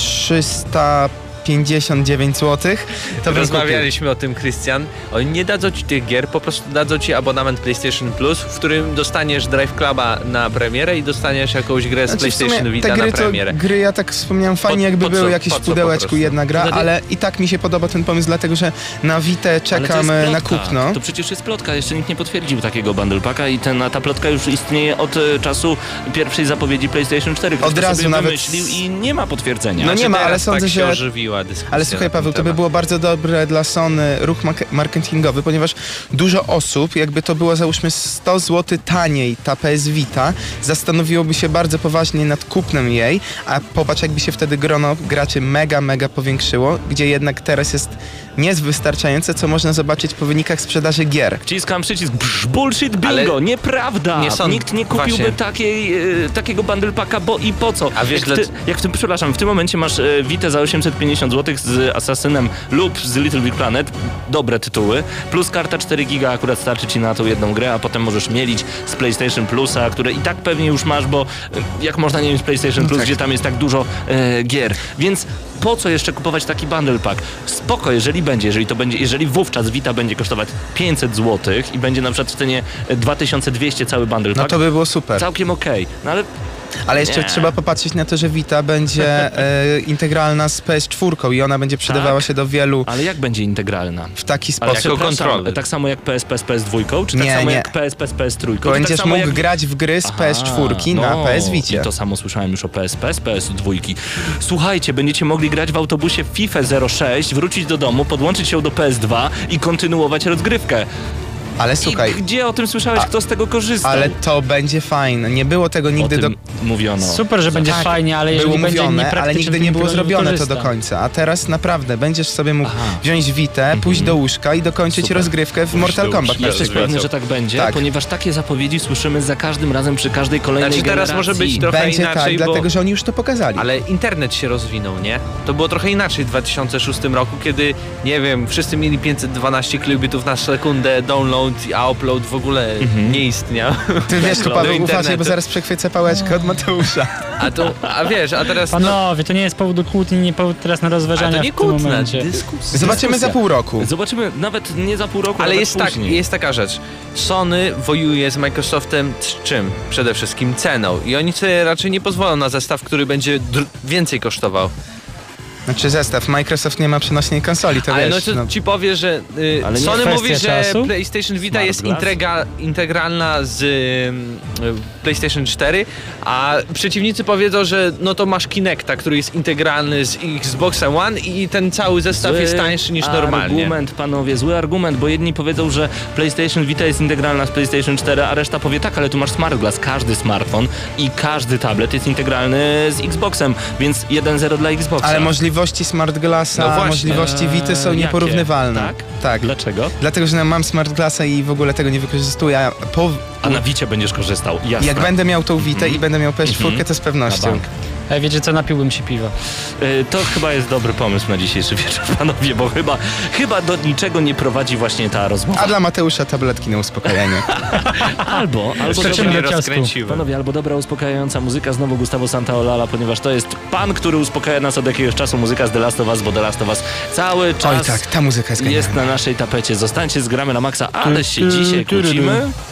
trzysta pięćdziesiąt dziewięć złotych, to bym kupił. Rozmawialiśmy o tym, Krystian. Oni nie dadzą ci tych gier, po prostu dadzą ci abonament PlayStation Plus, w którym dostaniesz Drive Cluba na premierę i dostaniesz jakąś grę z Znaczy, w PlayStation sumie Vita te gry na premierę. To gry, ja tak wspomniałem, fajnie Po- jakby po były co? jakieś Po w co po pudełeczku prostu? jedna gra, Wtedy- ale i tak mi się podoba ten pomysł, dlatego że na Vita Ale to czekam jest na plotka. kupno. To przecież jest plotka, jeszcze nikt nie potwierdził takiego bundle packa i ten, ta plotka już istnieje od e, czasu pierwszej zapowiedzi PlayStation cztery. Ktoś Od to razu sobie nawet- wymyślił i nie ma potwierdzenia. No nie ma, ale Teraz sądzę, tak się że- ożywiła dyskusja. Ale słuchaj na ten Paweł, to by temat. było bardzo dobre dla Sony ruch mak- marketingowy, ponieważ dużo osób, jakby to było załóżmy sto złotych taniej ta P S Vita, zastanowiłoby się bardzo poważnie nad kupnem jej, a popatrz jakby się wtedy grono graczy mega, mega powiększyło, gdzie jednak teraz jest niewystarczające, co można zobaczyć po wynikach sprzedaży gier. Wciskam przycisk, brz, bullshit, bingo, Ale nieprawda. nie są- Nikt nie kupiłby właśnie. takiej, e, takiego bundle packa, bo i po co? A wiesz, jak, w ty, jak w tym, przepraszam, w tym momencie masz e, Vita za osiemset pięćdziesiąt złotych z Assassinem lub z Little Big Planet, dobre tytuły, plus karta cztery giga akurat starczy ci na tą jedną grę, a potem możesz mielić z PlayStation Plusa, które i tak pewnie już masz, bo e, jak można nie mieć PlayStation Plus, tak. gdzie tam jest tak dużo e, gier. Więc po co jeszcze kupować taki bundle pack? Spoko, jeżeli będzie, jeżeli to będzie, jeżeli wówczas Vita będzie kosztować pięćset złotych i będzie na przykład w cenie dwa tysiące dwieście cały bundle No pack, to by było super. całkiem okej. No ale Ale jeszcze Nie. trzeba popatrzeć na to, że Vita będzie e, integralna z P S cztery i ona będzie przydawała Tak. się do wielu Ale jak będzie integralna? w taki Ale sposób. jako przepraszam, kontroler. Tak samo jak P S P z P S dwa, czy tak Nie, samo nie. jak P S P z P S trzy? Bo będziesz tak samo mógł jak... grać w gry z P S cztery Aha, na no, P S Vicie. I to samo słyszałem już o P S P z P S dwa. Słuchajcie, będziecie mogli grać w autobusie w FIFA zero sześć, wrócić do domu, podłączyć się do P S dwa i kontynuować rozgrywkę. Ale słuchaj, I gdzie o tym słyszałeś? A- Kto z tego korzystał? ale to będzie fajne. Nie było tego o nigdy do tym mówiono. Super, że będzie Tak, fajnie, ale jeżeli było będzie mówione, niepraktyczne, ale nigdy to nie było nikt tego zrobione to do wykorzysta. końca. A teraz naprawdę będziesz sobie mógł Aha. wziąć Vita, pójść do łóżka i dokończyć Super. rozgrywkę w Pójść Mortal do Kombat. łóżka. na Jesteś przykład. pewny, że tak będzie? Tak. Ponieważ takie zapowiedzi słyszymy za każdym razem przy każdej kolejnej Znaczy teraz generacji. może być trochę Będzie inaczej, tak, bo... dlatego że oni już to pokazali. Ale internet się rozwinął, nie? To było trochę inaczej w dwa tysiące szóstym roku, kiedy, nie wiem, wszyscy mieli pięćset dwanaście kilobitów na sekundę, download, a upload w ogóle nie istniał. Ty wiesz, tu do Paweł, internetu. uważaj, bo zaraz przechwycę pałeczkę od Mateusza. A to, a wiesz, a teraz... No, Panowie, to nie jest powód do kłótni, nie powód teraz na ale rozważania to nie w tym kłótna, momencie. dyskusja. Zobaczymy za pół roku. Zobaczymy nawet nie za pół roku, Ale nawet jest, tak, później. jest taka rzecz. Sony wojuje z Microsoftem z czym? Przede wszystkim ceną. I oni sobie raczej nie pozwolą na zestaw, który będzie dr- więcej kosztował. Znaczy zestaw, Microsoft nie ma przenośnej konsoli, to Ale no wiesz. to no. ci powie, że y, Ale nie Sony kwestia mówi, że czasu? PlayStation Vita Smart jest Glass? integra, integralna z y, PlayStation cztery, a przeciwnicy powiedzą, że no to masz Kinecta, który jest integralny z Xboxa One i ten cały zestaw Zły jest tańszy niż normalnie. Argument, panowie, zły argument, bo jedni powiedzą, że PlayStation Vita jest integralna z PlayStation cztery, a reszta powie tak, ale tu masz Smart Glass. Każdy smartfon i każdy tablet jest integralny z Xboxem, więc jeden zero dla Xboxa. Ale możliwości Smart Glassa, No właśnie. możliwości Vity są Eee, nieporównywalne. jakie? Tak? Tak. Dlaczego? Dlatego, że mam Smart Glassa i w ogóle tego nie wykorzystuję. A Po, A na Vicie będziesz korzystał, jasne. jak będę miał tą Vitę Mhm. i będę miał P S cztery, Mhm. to z Na pewnością. bank. Ej, wiecie co, napiłbym się piwa. Y, To chyba jest dobry pomysł na dzisiejszy wieczór, panowie, bo chyba, chyba do niczego nie prowadzi właśnie ta rozmowa. A dla Mateusza tabletki na uspokojenie. Albo, albo Jeszcze Skoczymy mnie do ciasku. rozkręciły. Panowie, albo dobra uspokajająca muzyka, znowu Gustavo Santaolalla, ponieważ to jest pan, który uspokaja nas od jakiegoś czasu, muzyka z The Last of Us, bo The Last of Us cały czas Oj tak, ta muzyka jest jest genialna. na naszej tapecie. Zostańcie z Gramy na Maxa, ale się Tu, tu, dzisiaj tu, tu, tu. kłócimy.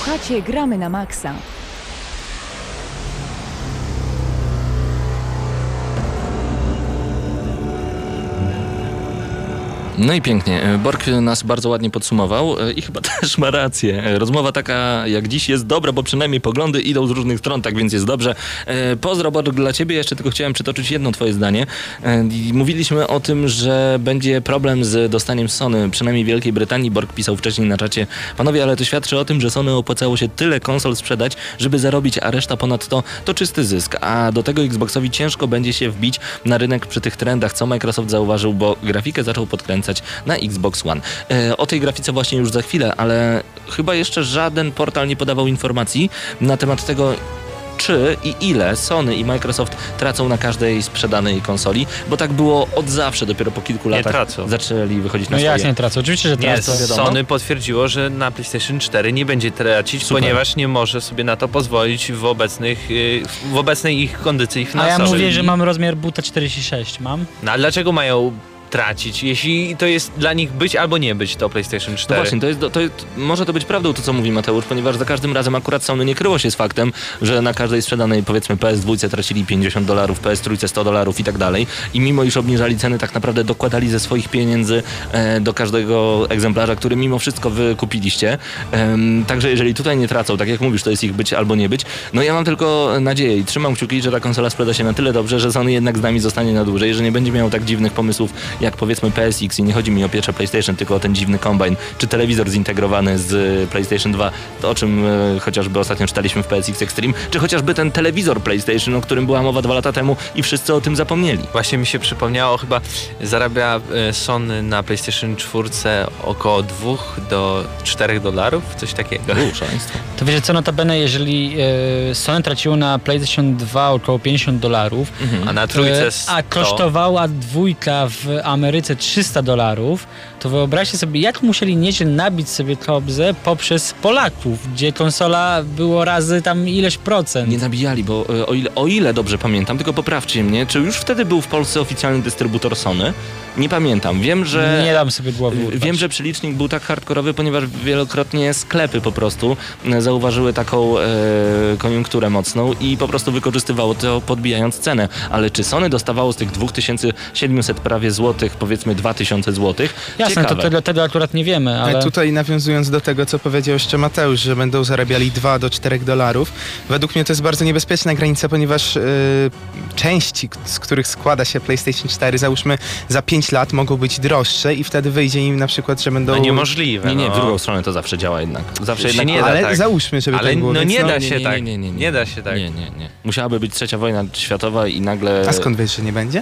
Słuchacie Gramy na Maxa. No i pięknie. Borg nas bardzo ładnie podsumował i chyba też ma rację. Rozmowa taka jak dziś jest dobra, bo przynajmniej poglądy idą z różnych stron, tak więc jest dobrze. Pozdro, Borg, dla ciebie. Jeszcze tylko chciałem przytoczyć jedno twoje zdanie. Mówiliśmy o tym, że będzie problem z dostaniem Sony, przynajmniej w Wielkiej Brytanii. Borg pisał wcześniej na czacie: panowie, ale to świadczy o tym, że Sony opłacało się tyle konsol sprzedać, żeby zarobić, a reszta ponadto to czysty zysk. A do tego Xboxowi ciężko będzie się wbić na rynek przy tych trendach, co Microsoft zauważył, bo grafikę zaczął podkręcać na Xbox One. E, o tej grafice właśnie już za chwilę, ale chyba jeszcze żaden portal nie podawał informacji na temat tego, czy i ile Sony i Microsoft tracą na każdej sprzedanej konsoli, bo tak było od zawsze, dopiero po kilku Nie latach tracą. zaczęli wychodzić na No swoje. jak nie tracę? Oczywiście, że Nie, tracę. wiadomo. Sony potwierdziło, że na PlayStation cztery nie będzie tracić, Super. ponieważ nie może sobie na to pozwolić w, obecnych, y, w obecnej ich kondycji A finansowej. ja mówię, że mam rozmiar buta czterdzieści sześć, mam? No a dlaczego mają tracić, jeśli to jest dla nich być albo nie być to PlayStation No cztery? właśnie, to jest, to jest, może to być prawdą to, co mówi Mateusz, ponieważ za każdym razem akurat Sony nie kryło się z faktem, że na każdej sprzedanej, powiedzmy, P S dwa tracili pięćdziesiąt dolarów, P S trzy sto dolarów i tak dalej. I mimo iż obniżali ceny, tak naprawdę dokładali ze swoich pieniędzy e, do każdego egzemplarza, który mimo wszystko wy kupiliście. E, także jeżeli tutaj nie tracą, tak jak mówisz, to jest ich być albo nie być, no ja mam tylko nadzieję i trzymam kciuki, że ta konsola sprzeda się na tyle dobrze, że Sony jednak z nami zostanie na dłużej, że nie będzie miał tak dziwnych pomysłów jak powiedzmy P S X i nie chodzi mi o pierwsze PlayStation, tylko o ten dziwny kombajn, czy telewizor zintegrowany z PlayStation dwa, to o czym e, chociażby ostatnio czytaliśmy w P S X Extreme, czy chociażby ten telewizor PlayStation, o którym była mowa dwa lata temu i wszyscy o tym zapomnieli. Właśnie mi się przypomniało, chyba zarabia e, Sony na PlayStation cztery około dwóch do czterech dolarów, coś takiego. U, szaleństwo. To wiecie co, notabene, jeżeli e, Sony traciło na PlayStation dwa około pięćdziesiąt dolarów, A na trójce e, sto. a kosztowała dwójka w Ameryce trzysta dolarów, to wyobraźcie sobie, jak musieli nieźle nabić sobie kobzę poprzez Polaków, gdzie konsola było razy tam ileś procent. Nie nabijali, bo e, o ile, o ile dobrze pamiętam, tylko poprawcie mnie, czy już wtedy był w Polsce oficjalny dystrybutor Sony? Nie pamiętam. Wiem, że... Nie dam sobie głowy urwać. Wiem, że przelicznik był tak hardkorowy, ponieważ wielokrotnie sklepy po prostu e, zauważyły taką e, koniunkturę mocną i po prostu wykorzystywało to, podbijając cenę. Ale czy Sony dostawało z tych dwa tysiące siedemset prawie złotych, powiedzmy dwa tysiące złotych? Jasne, to Ciekawe. tego, tego akurat nie wiemy, ale... Ale tutaj nawiązując do tego, co powiedział jeszcze Mateusz, że będą zarabiali dwa do czterech dolarów, według mnie to jest bardzo niebezpieczna granica, ponieważ yy, części, z których składa się PlayStation cztery, załóżmy za pięć lat mogą być droższe i wtedy wyjdzie im na przykład, że będą... No niemożliwe. Nie, nie, no. w drugą stronę to zawsze działa jednak. Zawsze To się jednak... nie da Ale tak. załóżmy, żeby Ale tak było. no więc nie no, da nie, się nie, tak. nie, nie, nie. Nie da się tak. Nie, nie, nie. Musiałaby być trzecia wojna światowa i nagle... A skąd wiesz, że nie będzie?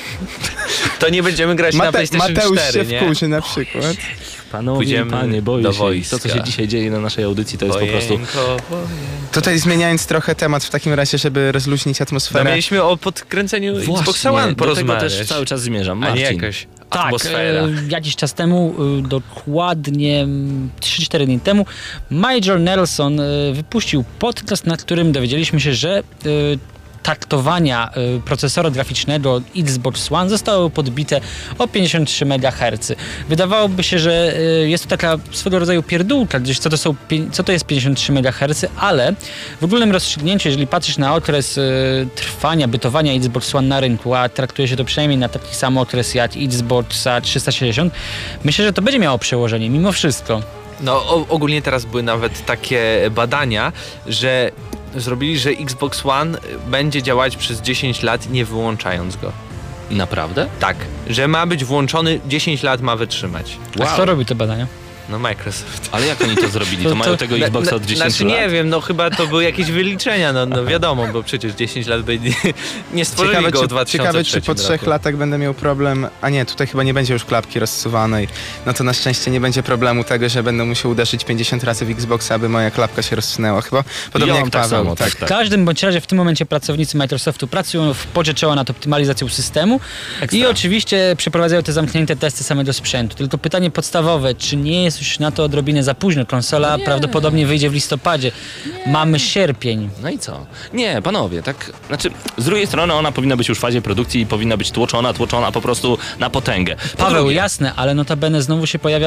To nie będziemy grać na Mate- PlayStation Mateusz cztery, się nie? wkurzy na przykład. Panowie Pójdziemy i panie, boję do się. wojska. To, co się dzisiaj dzieje na naszej audycji, to jest po prostu... Wojenko, wojenko. Tutaj zmieniając trochę temat w takim razie, żeby rozluźnić No atmosferę. mieliśmy o podkręceniu Xboxa One do tego porozmawiać. też cały czas zmierzam. A nie Marcin. jakaś Tak, atmosfera. e, jakiś czas temu, e, dokładnie mm, trzy cztery dni temu, Major Nelson e, wypuścił podcast, na którym dowiedzieliśmy się, że e, taktowania y, procesora graficznego Xbox One zostały podbite o pięćdziesiąt trzy megahercy. Wydawałoby się, że y, jest to taka swego rodzaju pierdółka, gdzieś co to, są, pie- co to jest pięćdziesiąt trzy megahercy, ale w ogólnym rozstrzygnięciu, jeżeli patrzysz na okres y, trwania, bytowania Xbox One na rynku, a traktuje się to przynajmniej na taki sam okres jak Xboxa trzysta sześćdziesiąt, myślę, że to będzie miało przełożenie, mimo wszystko. No o, ogólnie teraz były nawet takie badania, że zrobili, że Xbox One będzie działać przez dziesięć lat nie wyłączając go. Naprawdę? Tak, że ma być włączony, dziesięć lat ma wytrzymać. A kto robi te badania? No Microsoft. Ale jak oni to zrobili? To, To- mają to- tego Na- Xboxa na- od dziesięciu Znaczy lat? nie wiem, no chyba to były jakieś wyliczenia, no, no wiadomo, bo przecież dziesięć lat by nie, nie stworzyli Ciekawe go w czy, dwa tysiące ciekawe, trzecim czy po trzech roku. latach będę miał problem. A nie, tutaj chyba nie będzie już klapki rozsuwanej. No to na szczęście nie będzie problemu tego, że będę musiał uderzyć pięćdziesiąt razy w Xboxa, aby moja klapka się rozsunęła. Chyba podobnie Ja jak mam tak Paweł. samo, tak. tak, W tak. każdym bądź razie w tym momencie pracownicy Microsoftu pracują w pocie czoła nad optymalizacją systemu Ekstra. i oczywiście przeprowadzają te zamknięte testy samego sprzętu. Tylko pytanie podstawowe, czy nie jest już na to odrobinę za późno? Konsola prawdopodobnie wyjdzie w listopadzie. Mamy sierpień. No i co? Nie, panowie, tak, znaczy, z drugiej strony ona powinna być już w fazie produkcji i powinna być tłoczona, tłoczona po prostu na potęgę. Po Paweł, drugie, jasne, ale notabene znowu się pojawia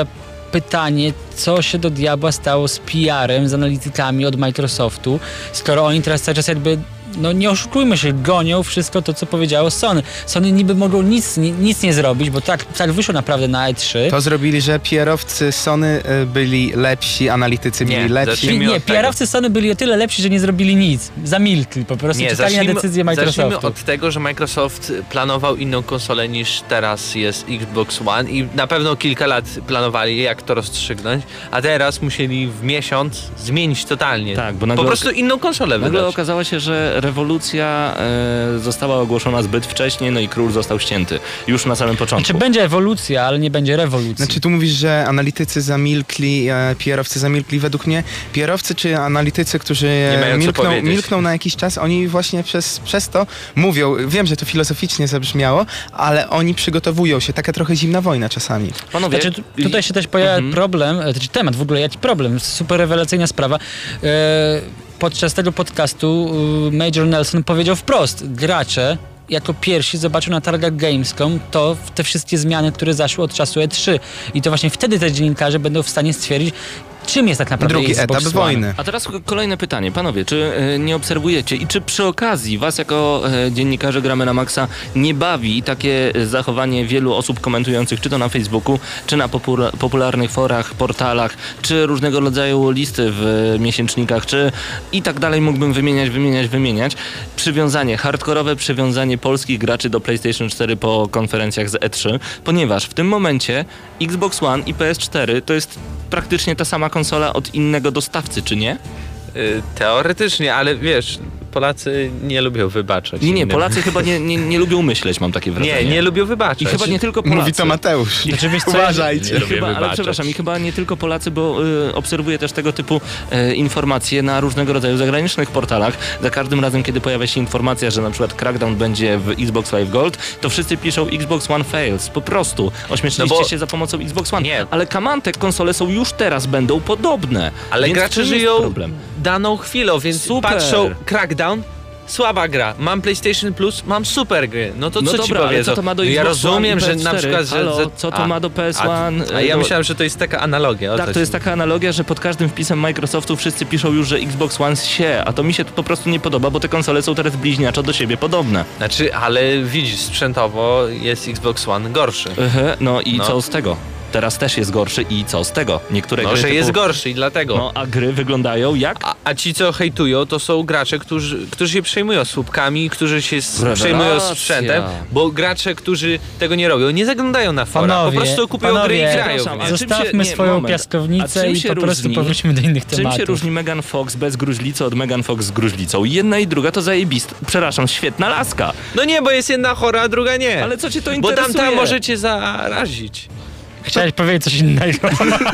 pytanie, co się do diabła stało z P R-em, z analitykami od Microsoftu, skoro oni teraz cały czas jakby, no nie oszukujmy się, gonią wszystko to, co powiedziało Sony. Sony niby mogą nic, ni, nic nie zrobić, bo tak, tak wyszło naprawdę na E trzy. To zrobili, że P R-owcy Sony y, byli lepsi, analitycy Nie, byli lepsi. zacznijmy Nie, od tego. P R-owcy Sony byli o tyle lepsi, że nie zrobili nic. Zamilkli, po prostu Nie, czekali na zacznijmy, decyzję Microsoftu. zacznijmy od tego, że Microsoft planował inną konsolę niż teraz jest Xbox One i na pewno kilka lat planowali, jak to rozstrzygnąć, a teraz musieli w miesiąc zmienić totalnie. Tak, bo po nagle, prostu inną konsolę nagle wydać. okazało się, że rewolucja e, została ogłoszona zbyt wcześnie, no i król został ścięty już na samym początku. Znaczy będzie ewolucja, ale nie będzie rewolucji. Znaczy tu mówisz, że analitycy zamilkli, e, P R-owcy zamilkli. Według mnie P R-owcy czy analitycy, którzy Nie e, mają co milkną, powiedzieć. milkną na jakiś czas, oni właśnie przez, przez to mówią, wiem, że to filozoficznie zabrzmiało, ale oni przygotowują się, taka trochę zimna wojna czasami. Panowie, Znaczy, tu, tutaj się też pojawia Mhm. problem, e, znaczy temat w ogóle, jaki problem, super rewelacyjna sprawa. E, podczas tego podcastu e, Major Nelson powiedział wprost, gracze jako pierwsi zobaczą na targach Gamescom to te wszystkie zmiany, które zaszły od czasu E trzy. I to właśnie wtedy te dziennikarze będą w stanie stwierdzić, czym jest tak naprawdę Drugi Xbox etap One. wojny. A teraz kolejne pytanie. Panowie, czy e, nie obserwujecie i czy przy okazji was jako e, dziennikarze Gramy na Maxa nie bawi takie e, zachowanie wielu osób komentujących, czy to na Facebooku, czy na popula- popularnych forach, portalach, czy różnego rodzaju listy w e, miesięcznikach, czy i tak dalej mógłbym wymieniać, wymieniać, wymieniać. Przywiązanie, hardkorowe przywiązanie polskich graczy do PlayStation cztery po konferencjach z E trzy, ponieważ w tym momencie Xbox One i P S cztery to jest praktycznie ta sama konsola od innego dostawcy, czy nie? Y, Teoretycznie, ale wiesz, Polacy nie lubią wybaczać. Nie, nie, innym. Polacy chyba nie, nie, nie lubią myśleć, mam takie wrażenie. Nie, nie lubią wybaczać. I chyba nie tylko Polacy. Mówi to Mateusz. Znaczy, wiesz co, Uważajcie. Nie lubię Chyba, ale wybaczać. przepraszam, i chyba nie tylko Polacy, bo y, obserwuję też tego typu y, informacje na różnego rodzaju zagranicznych portalach. Za każdym razem, kiedy pojawia się informacja, że na przykład Crackdown będzie w Xbox Live Gold, to wszyscy piszą Xbox One fails. Po prostu. Ośmieszyliście No bo- się za pomocą Xbox One. Nie. Ale kamantek konsole są już teraz, będą podobne. Ale Więc w gracze czym jest żyją problem? daną chwilą, więc Super. patrzą Crackdown, słaba gra, mam PlayStation Plus, mam super gry. No to No co dobra, ci ale powiedzą? co to ma do No ja Xbox One rozumiem, i że P S cztery? na przykład, że, Halo, że co to ma do P S One? A, a ja do- myślałem, że to jest taka analogia. o Tak, co to jest ci- taka analogia, że pod każdym wpisem Microsoftu wszyscy piszą już, że Xbox One się, a to mi się to po prostu nie podoba, bo te konsole są teraz bliźniaczo do siebie podobne. Znaczy, ale widzisz, sprzętowo jest Xbox One gorszy. Ehe, no i No. co z tego? Teraz też jest gorszy i co z tego? Niektóre No, gry że typu, jest gorszy i dlatego. No, a gry wyglądają jak? A, a ci, co hejtują, to są gracze, którzy, którzy się przejmują słupkami, którzy się s- Rewelacja. przejmują sprzętem, bo gracze, którzy tego nie robią, nie zaglądają na fora, Panowie, po prostu kupują panowie, gry i grają. przepraszam, w a nie. czym się- Zostawmy nie, swoją moment. A piaskownicę czym i się po prostu różni- powróćmy do innych Czym tematów. się różni Megan Fox bez gruźlicy od Megan Fox z gruźlicą? Jedna i druga to zajebista, przepraszam, świetna laska. No nie, bo jest jedna chora, a druga nie. Ale co cię to bo interesuje? tamta może cię zarazić. Chciałeś powiedzieć coś innego.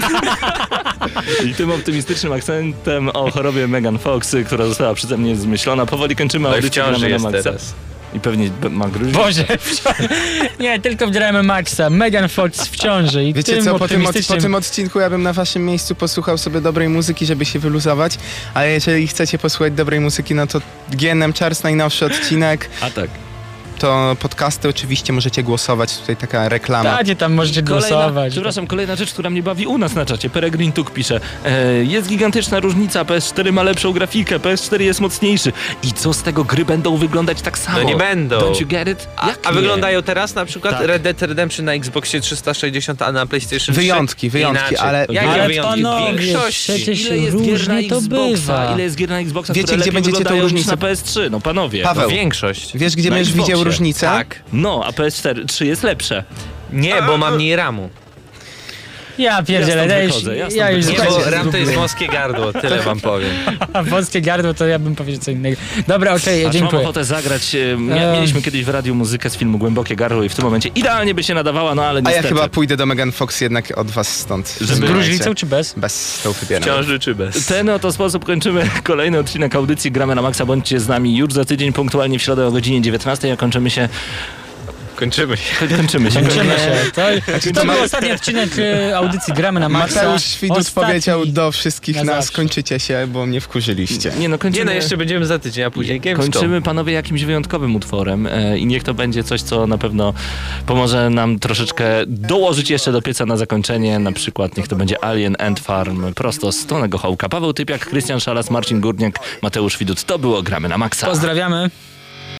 I tym optymistycznym akcentem o chorobie Megan Fox, która została przeze mnie zmyślona, powoli kończymy No i w audycję ciąży Gramy na jest Maxa. teraz. I pewnie b- ma gruźlicę. Boże, nie, tylko wdrajamy Maxa. Megan Fox w ciąży i Wiecie tym co, po tym, od, po optymistycznym... tym odcinku ja bym na waszym miejscu posłuchał sobie dobrej muzyki, żeby się wyluzować, ale jeżeli chcecie posłuchać dobrej muzyki, no to G N M Charts, najnowszy odcinek, A tak. to podcasty oczywiście możecie głosować, tutaj taka reklama. Tadzie tam możecie głosować. Przepraszam, kolejna rzecz, która mnie bawi u nas na czacie. Peregrin Tuk pisze, e, jest gigantyczna różnica, P S cztery ma lepszą grafikę, P S cztery jest mocniejszy. I co z tego, gry będą wyglądać tak samo? No nie będą. Don't you get it? A, Jak a nie? wyglądają teraz na przykład Tak. Red Dead Redemption na Xboxie trzysta sześćdziesiąt, a na PlayStation Wyjątki, trzy wyjątki, inaczej. ale- Jakie Ale wyjątki? panowie, W większości. przecież Ile jest gier na różnie to Xboxa? bywa. Ile jest gier na Xboxa, Wiecie, które gdzie lepiej będziecie tą wyglądają niż różnicę- na P S trzy? No panowie. Paweł. No, większość. Wiesz, gdzie Na będziesz Xboxie. widział różnicę? Tak. No, a P S cztery trzy jest lepsze. Nie, bo mam mniej ramu. Ja pierdzielę, Ja stąd ja już, wychodzę, ja stąd ja już Nie, wychodzę. bo zupełnie ram to jest wąskie gardło, tyle wam powiem. A wąskie gardło to ja bym powiedział co innego. Dobra, okej, Aż mam dziękuję. ochotę zagrać. e, Mia, Eee. mieliśmy kiedyś w radiu muzykę z filmu Głębokie Gardło i w tym momencie idealnie by się nadawała, no ale A ja niestety. chyba pójdę do Megan Fox jednak od was stąd. Z żeby- gruźlicą czy bez? Bez tą wybieram. Ciąży czy bez? W ten oto sposób kończymy kolejny odcinek audycji Gramy na Maxa. Bądźcie z nami już za tydzień, punktualnie w środę o godzinie dziewiętnastej, a kończymy się Kończymy się. Ko- Kończymy się. Kończymy się. To, to ma- był ostatni odcinek e, audycji Gramy na Maxa. Mateusz Świdut Ostatni. powiedział do wszystkich na nas, zawsze. kończycie się, bo mnie wkurzyliście. Nie no, kończymy. Nie no, jeszcze będziemy za tydzień, a później Gamescom. Kończymy, panowie, jakimś wyjątkowym utworem e, i niech to będzie coś, co na pewno pomoże nam troszeczkę dołożyć jeszcze do pieca na zakończenie. Na przykład niech to będzie Alien Ant Farm prosto z Tonego Hołka. Paweł Typiak, Krystian Szalas, Marcin Górniak, Mateusz Widut. To było Gramy na Maxa. Pozdrawiamy.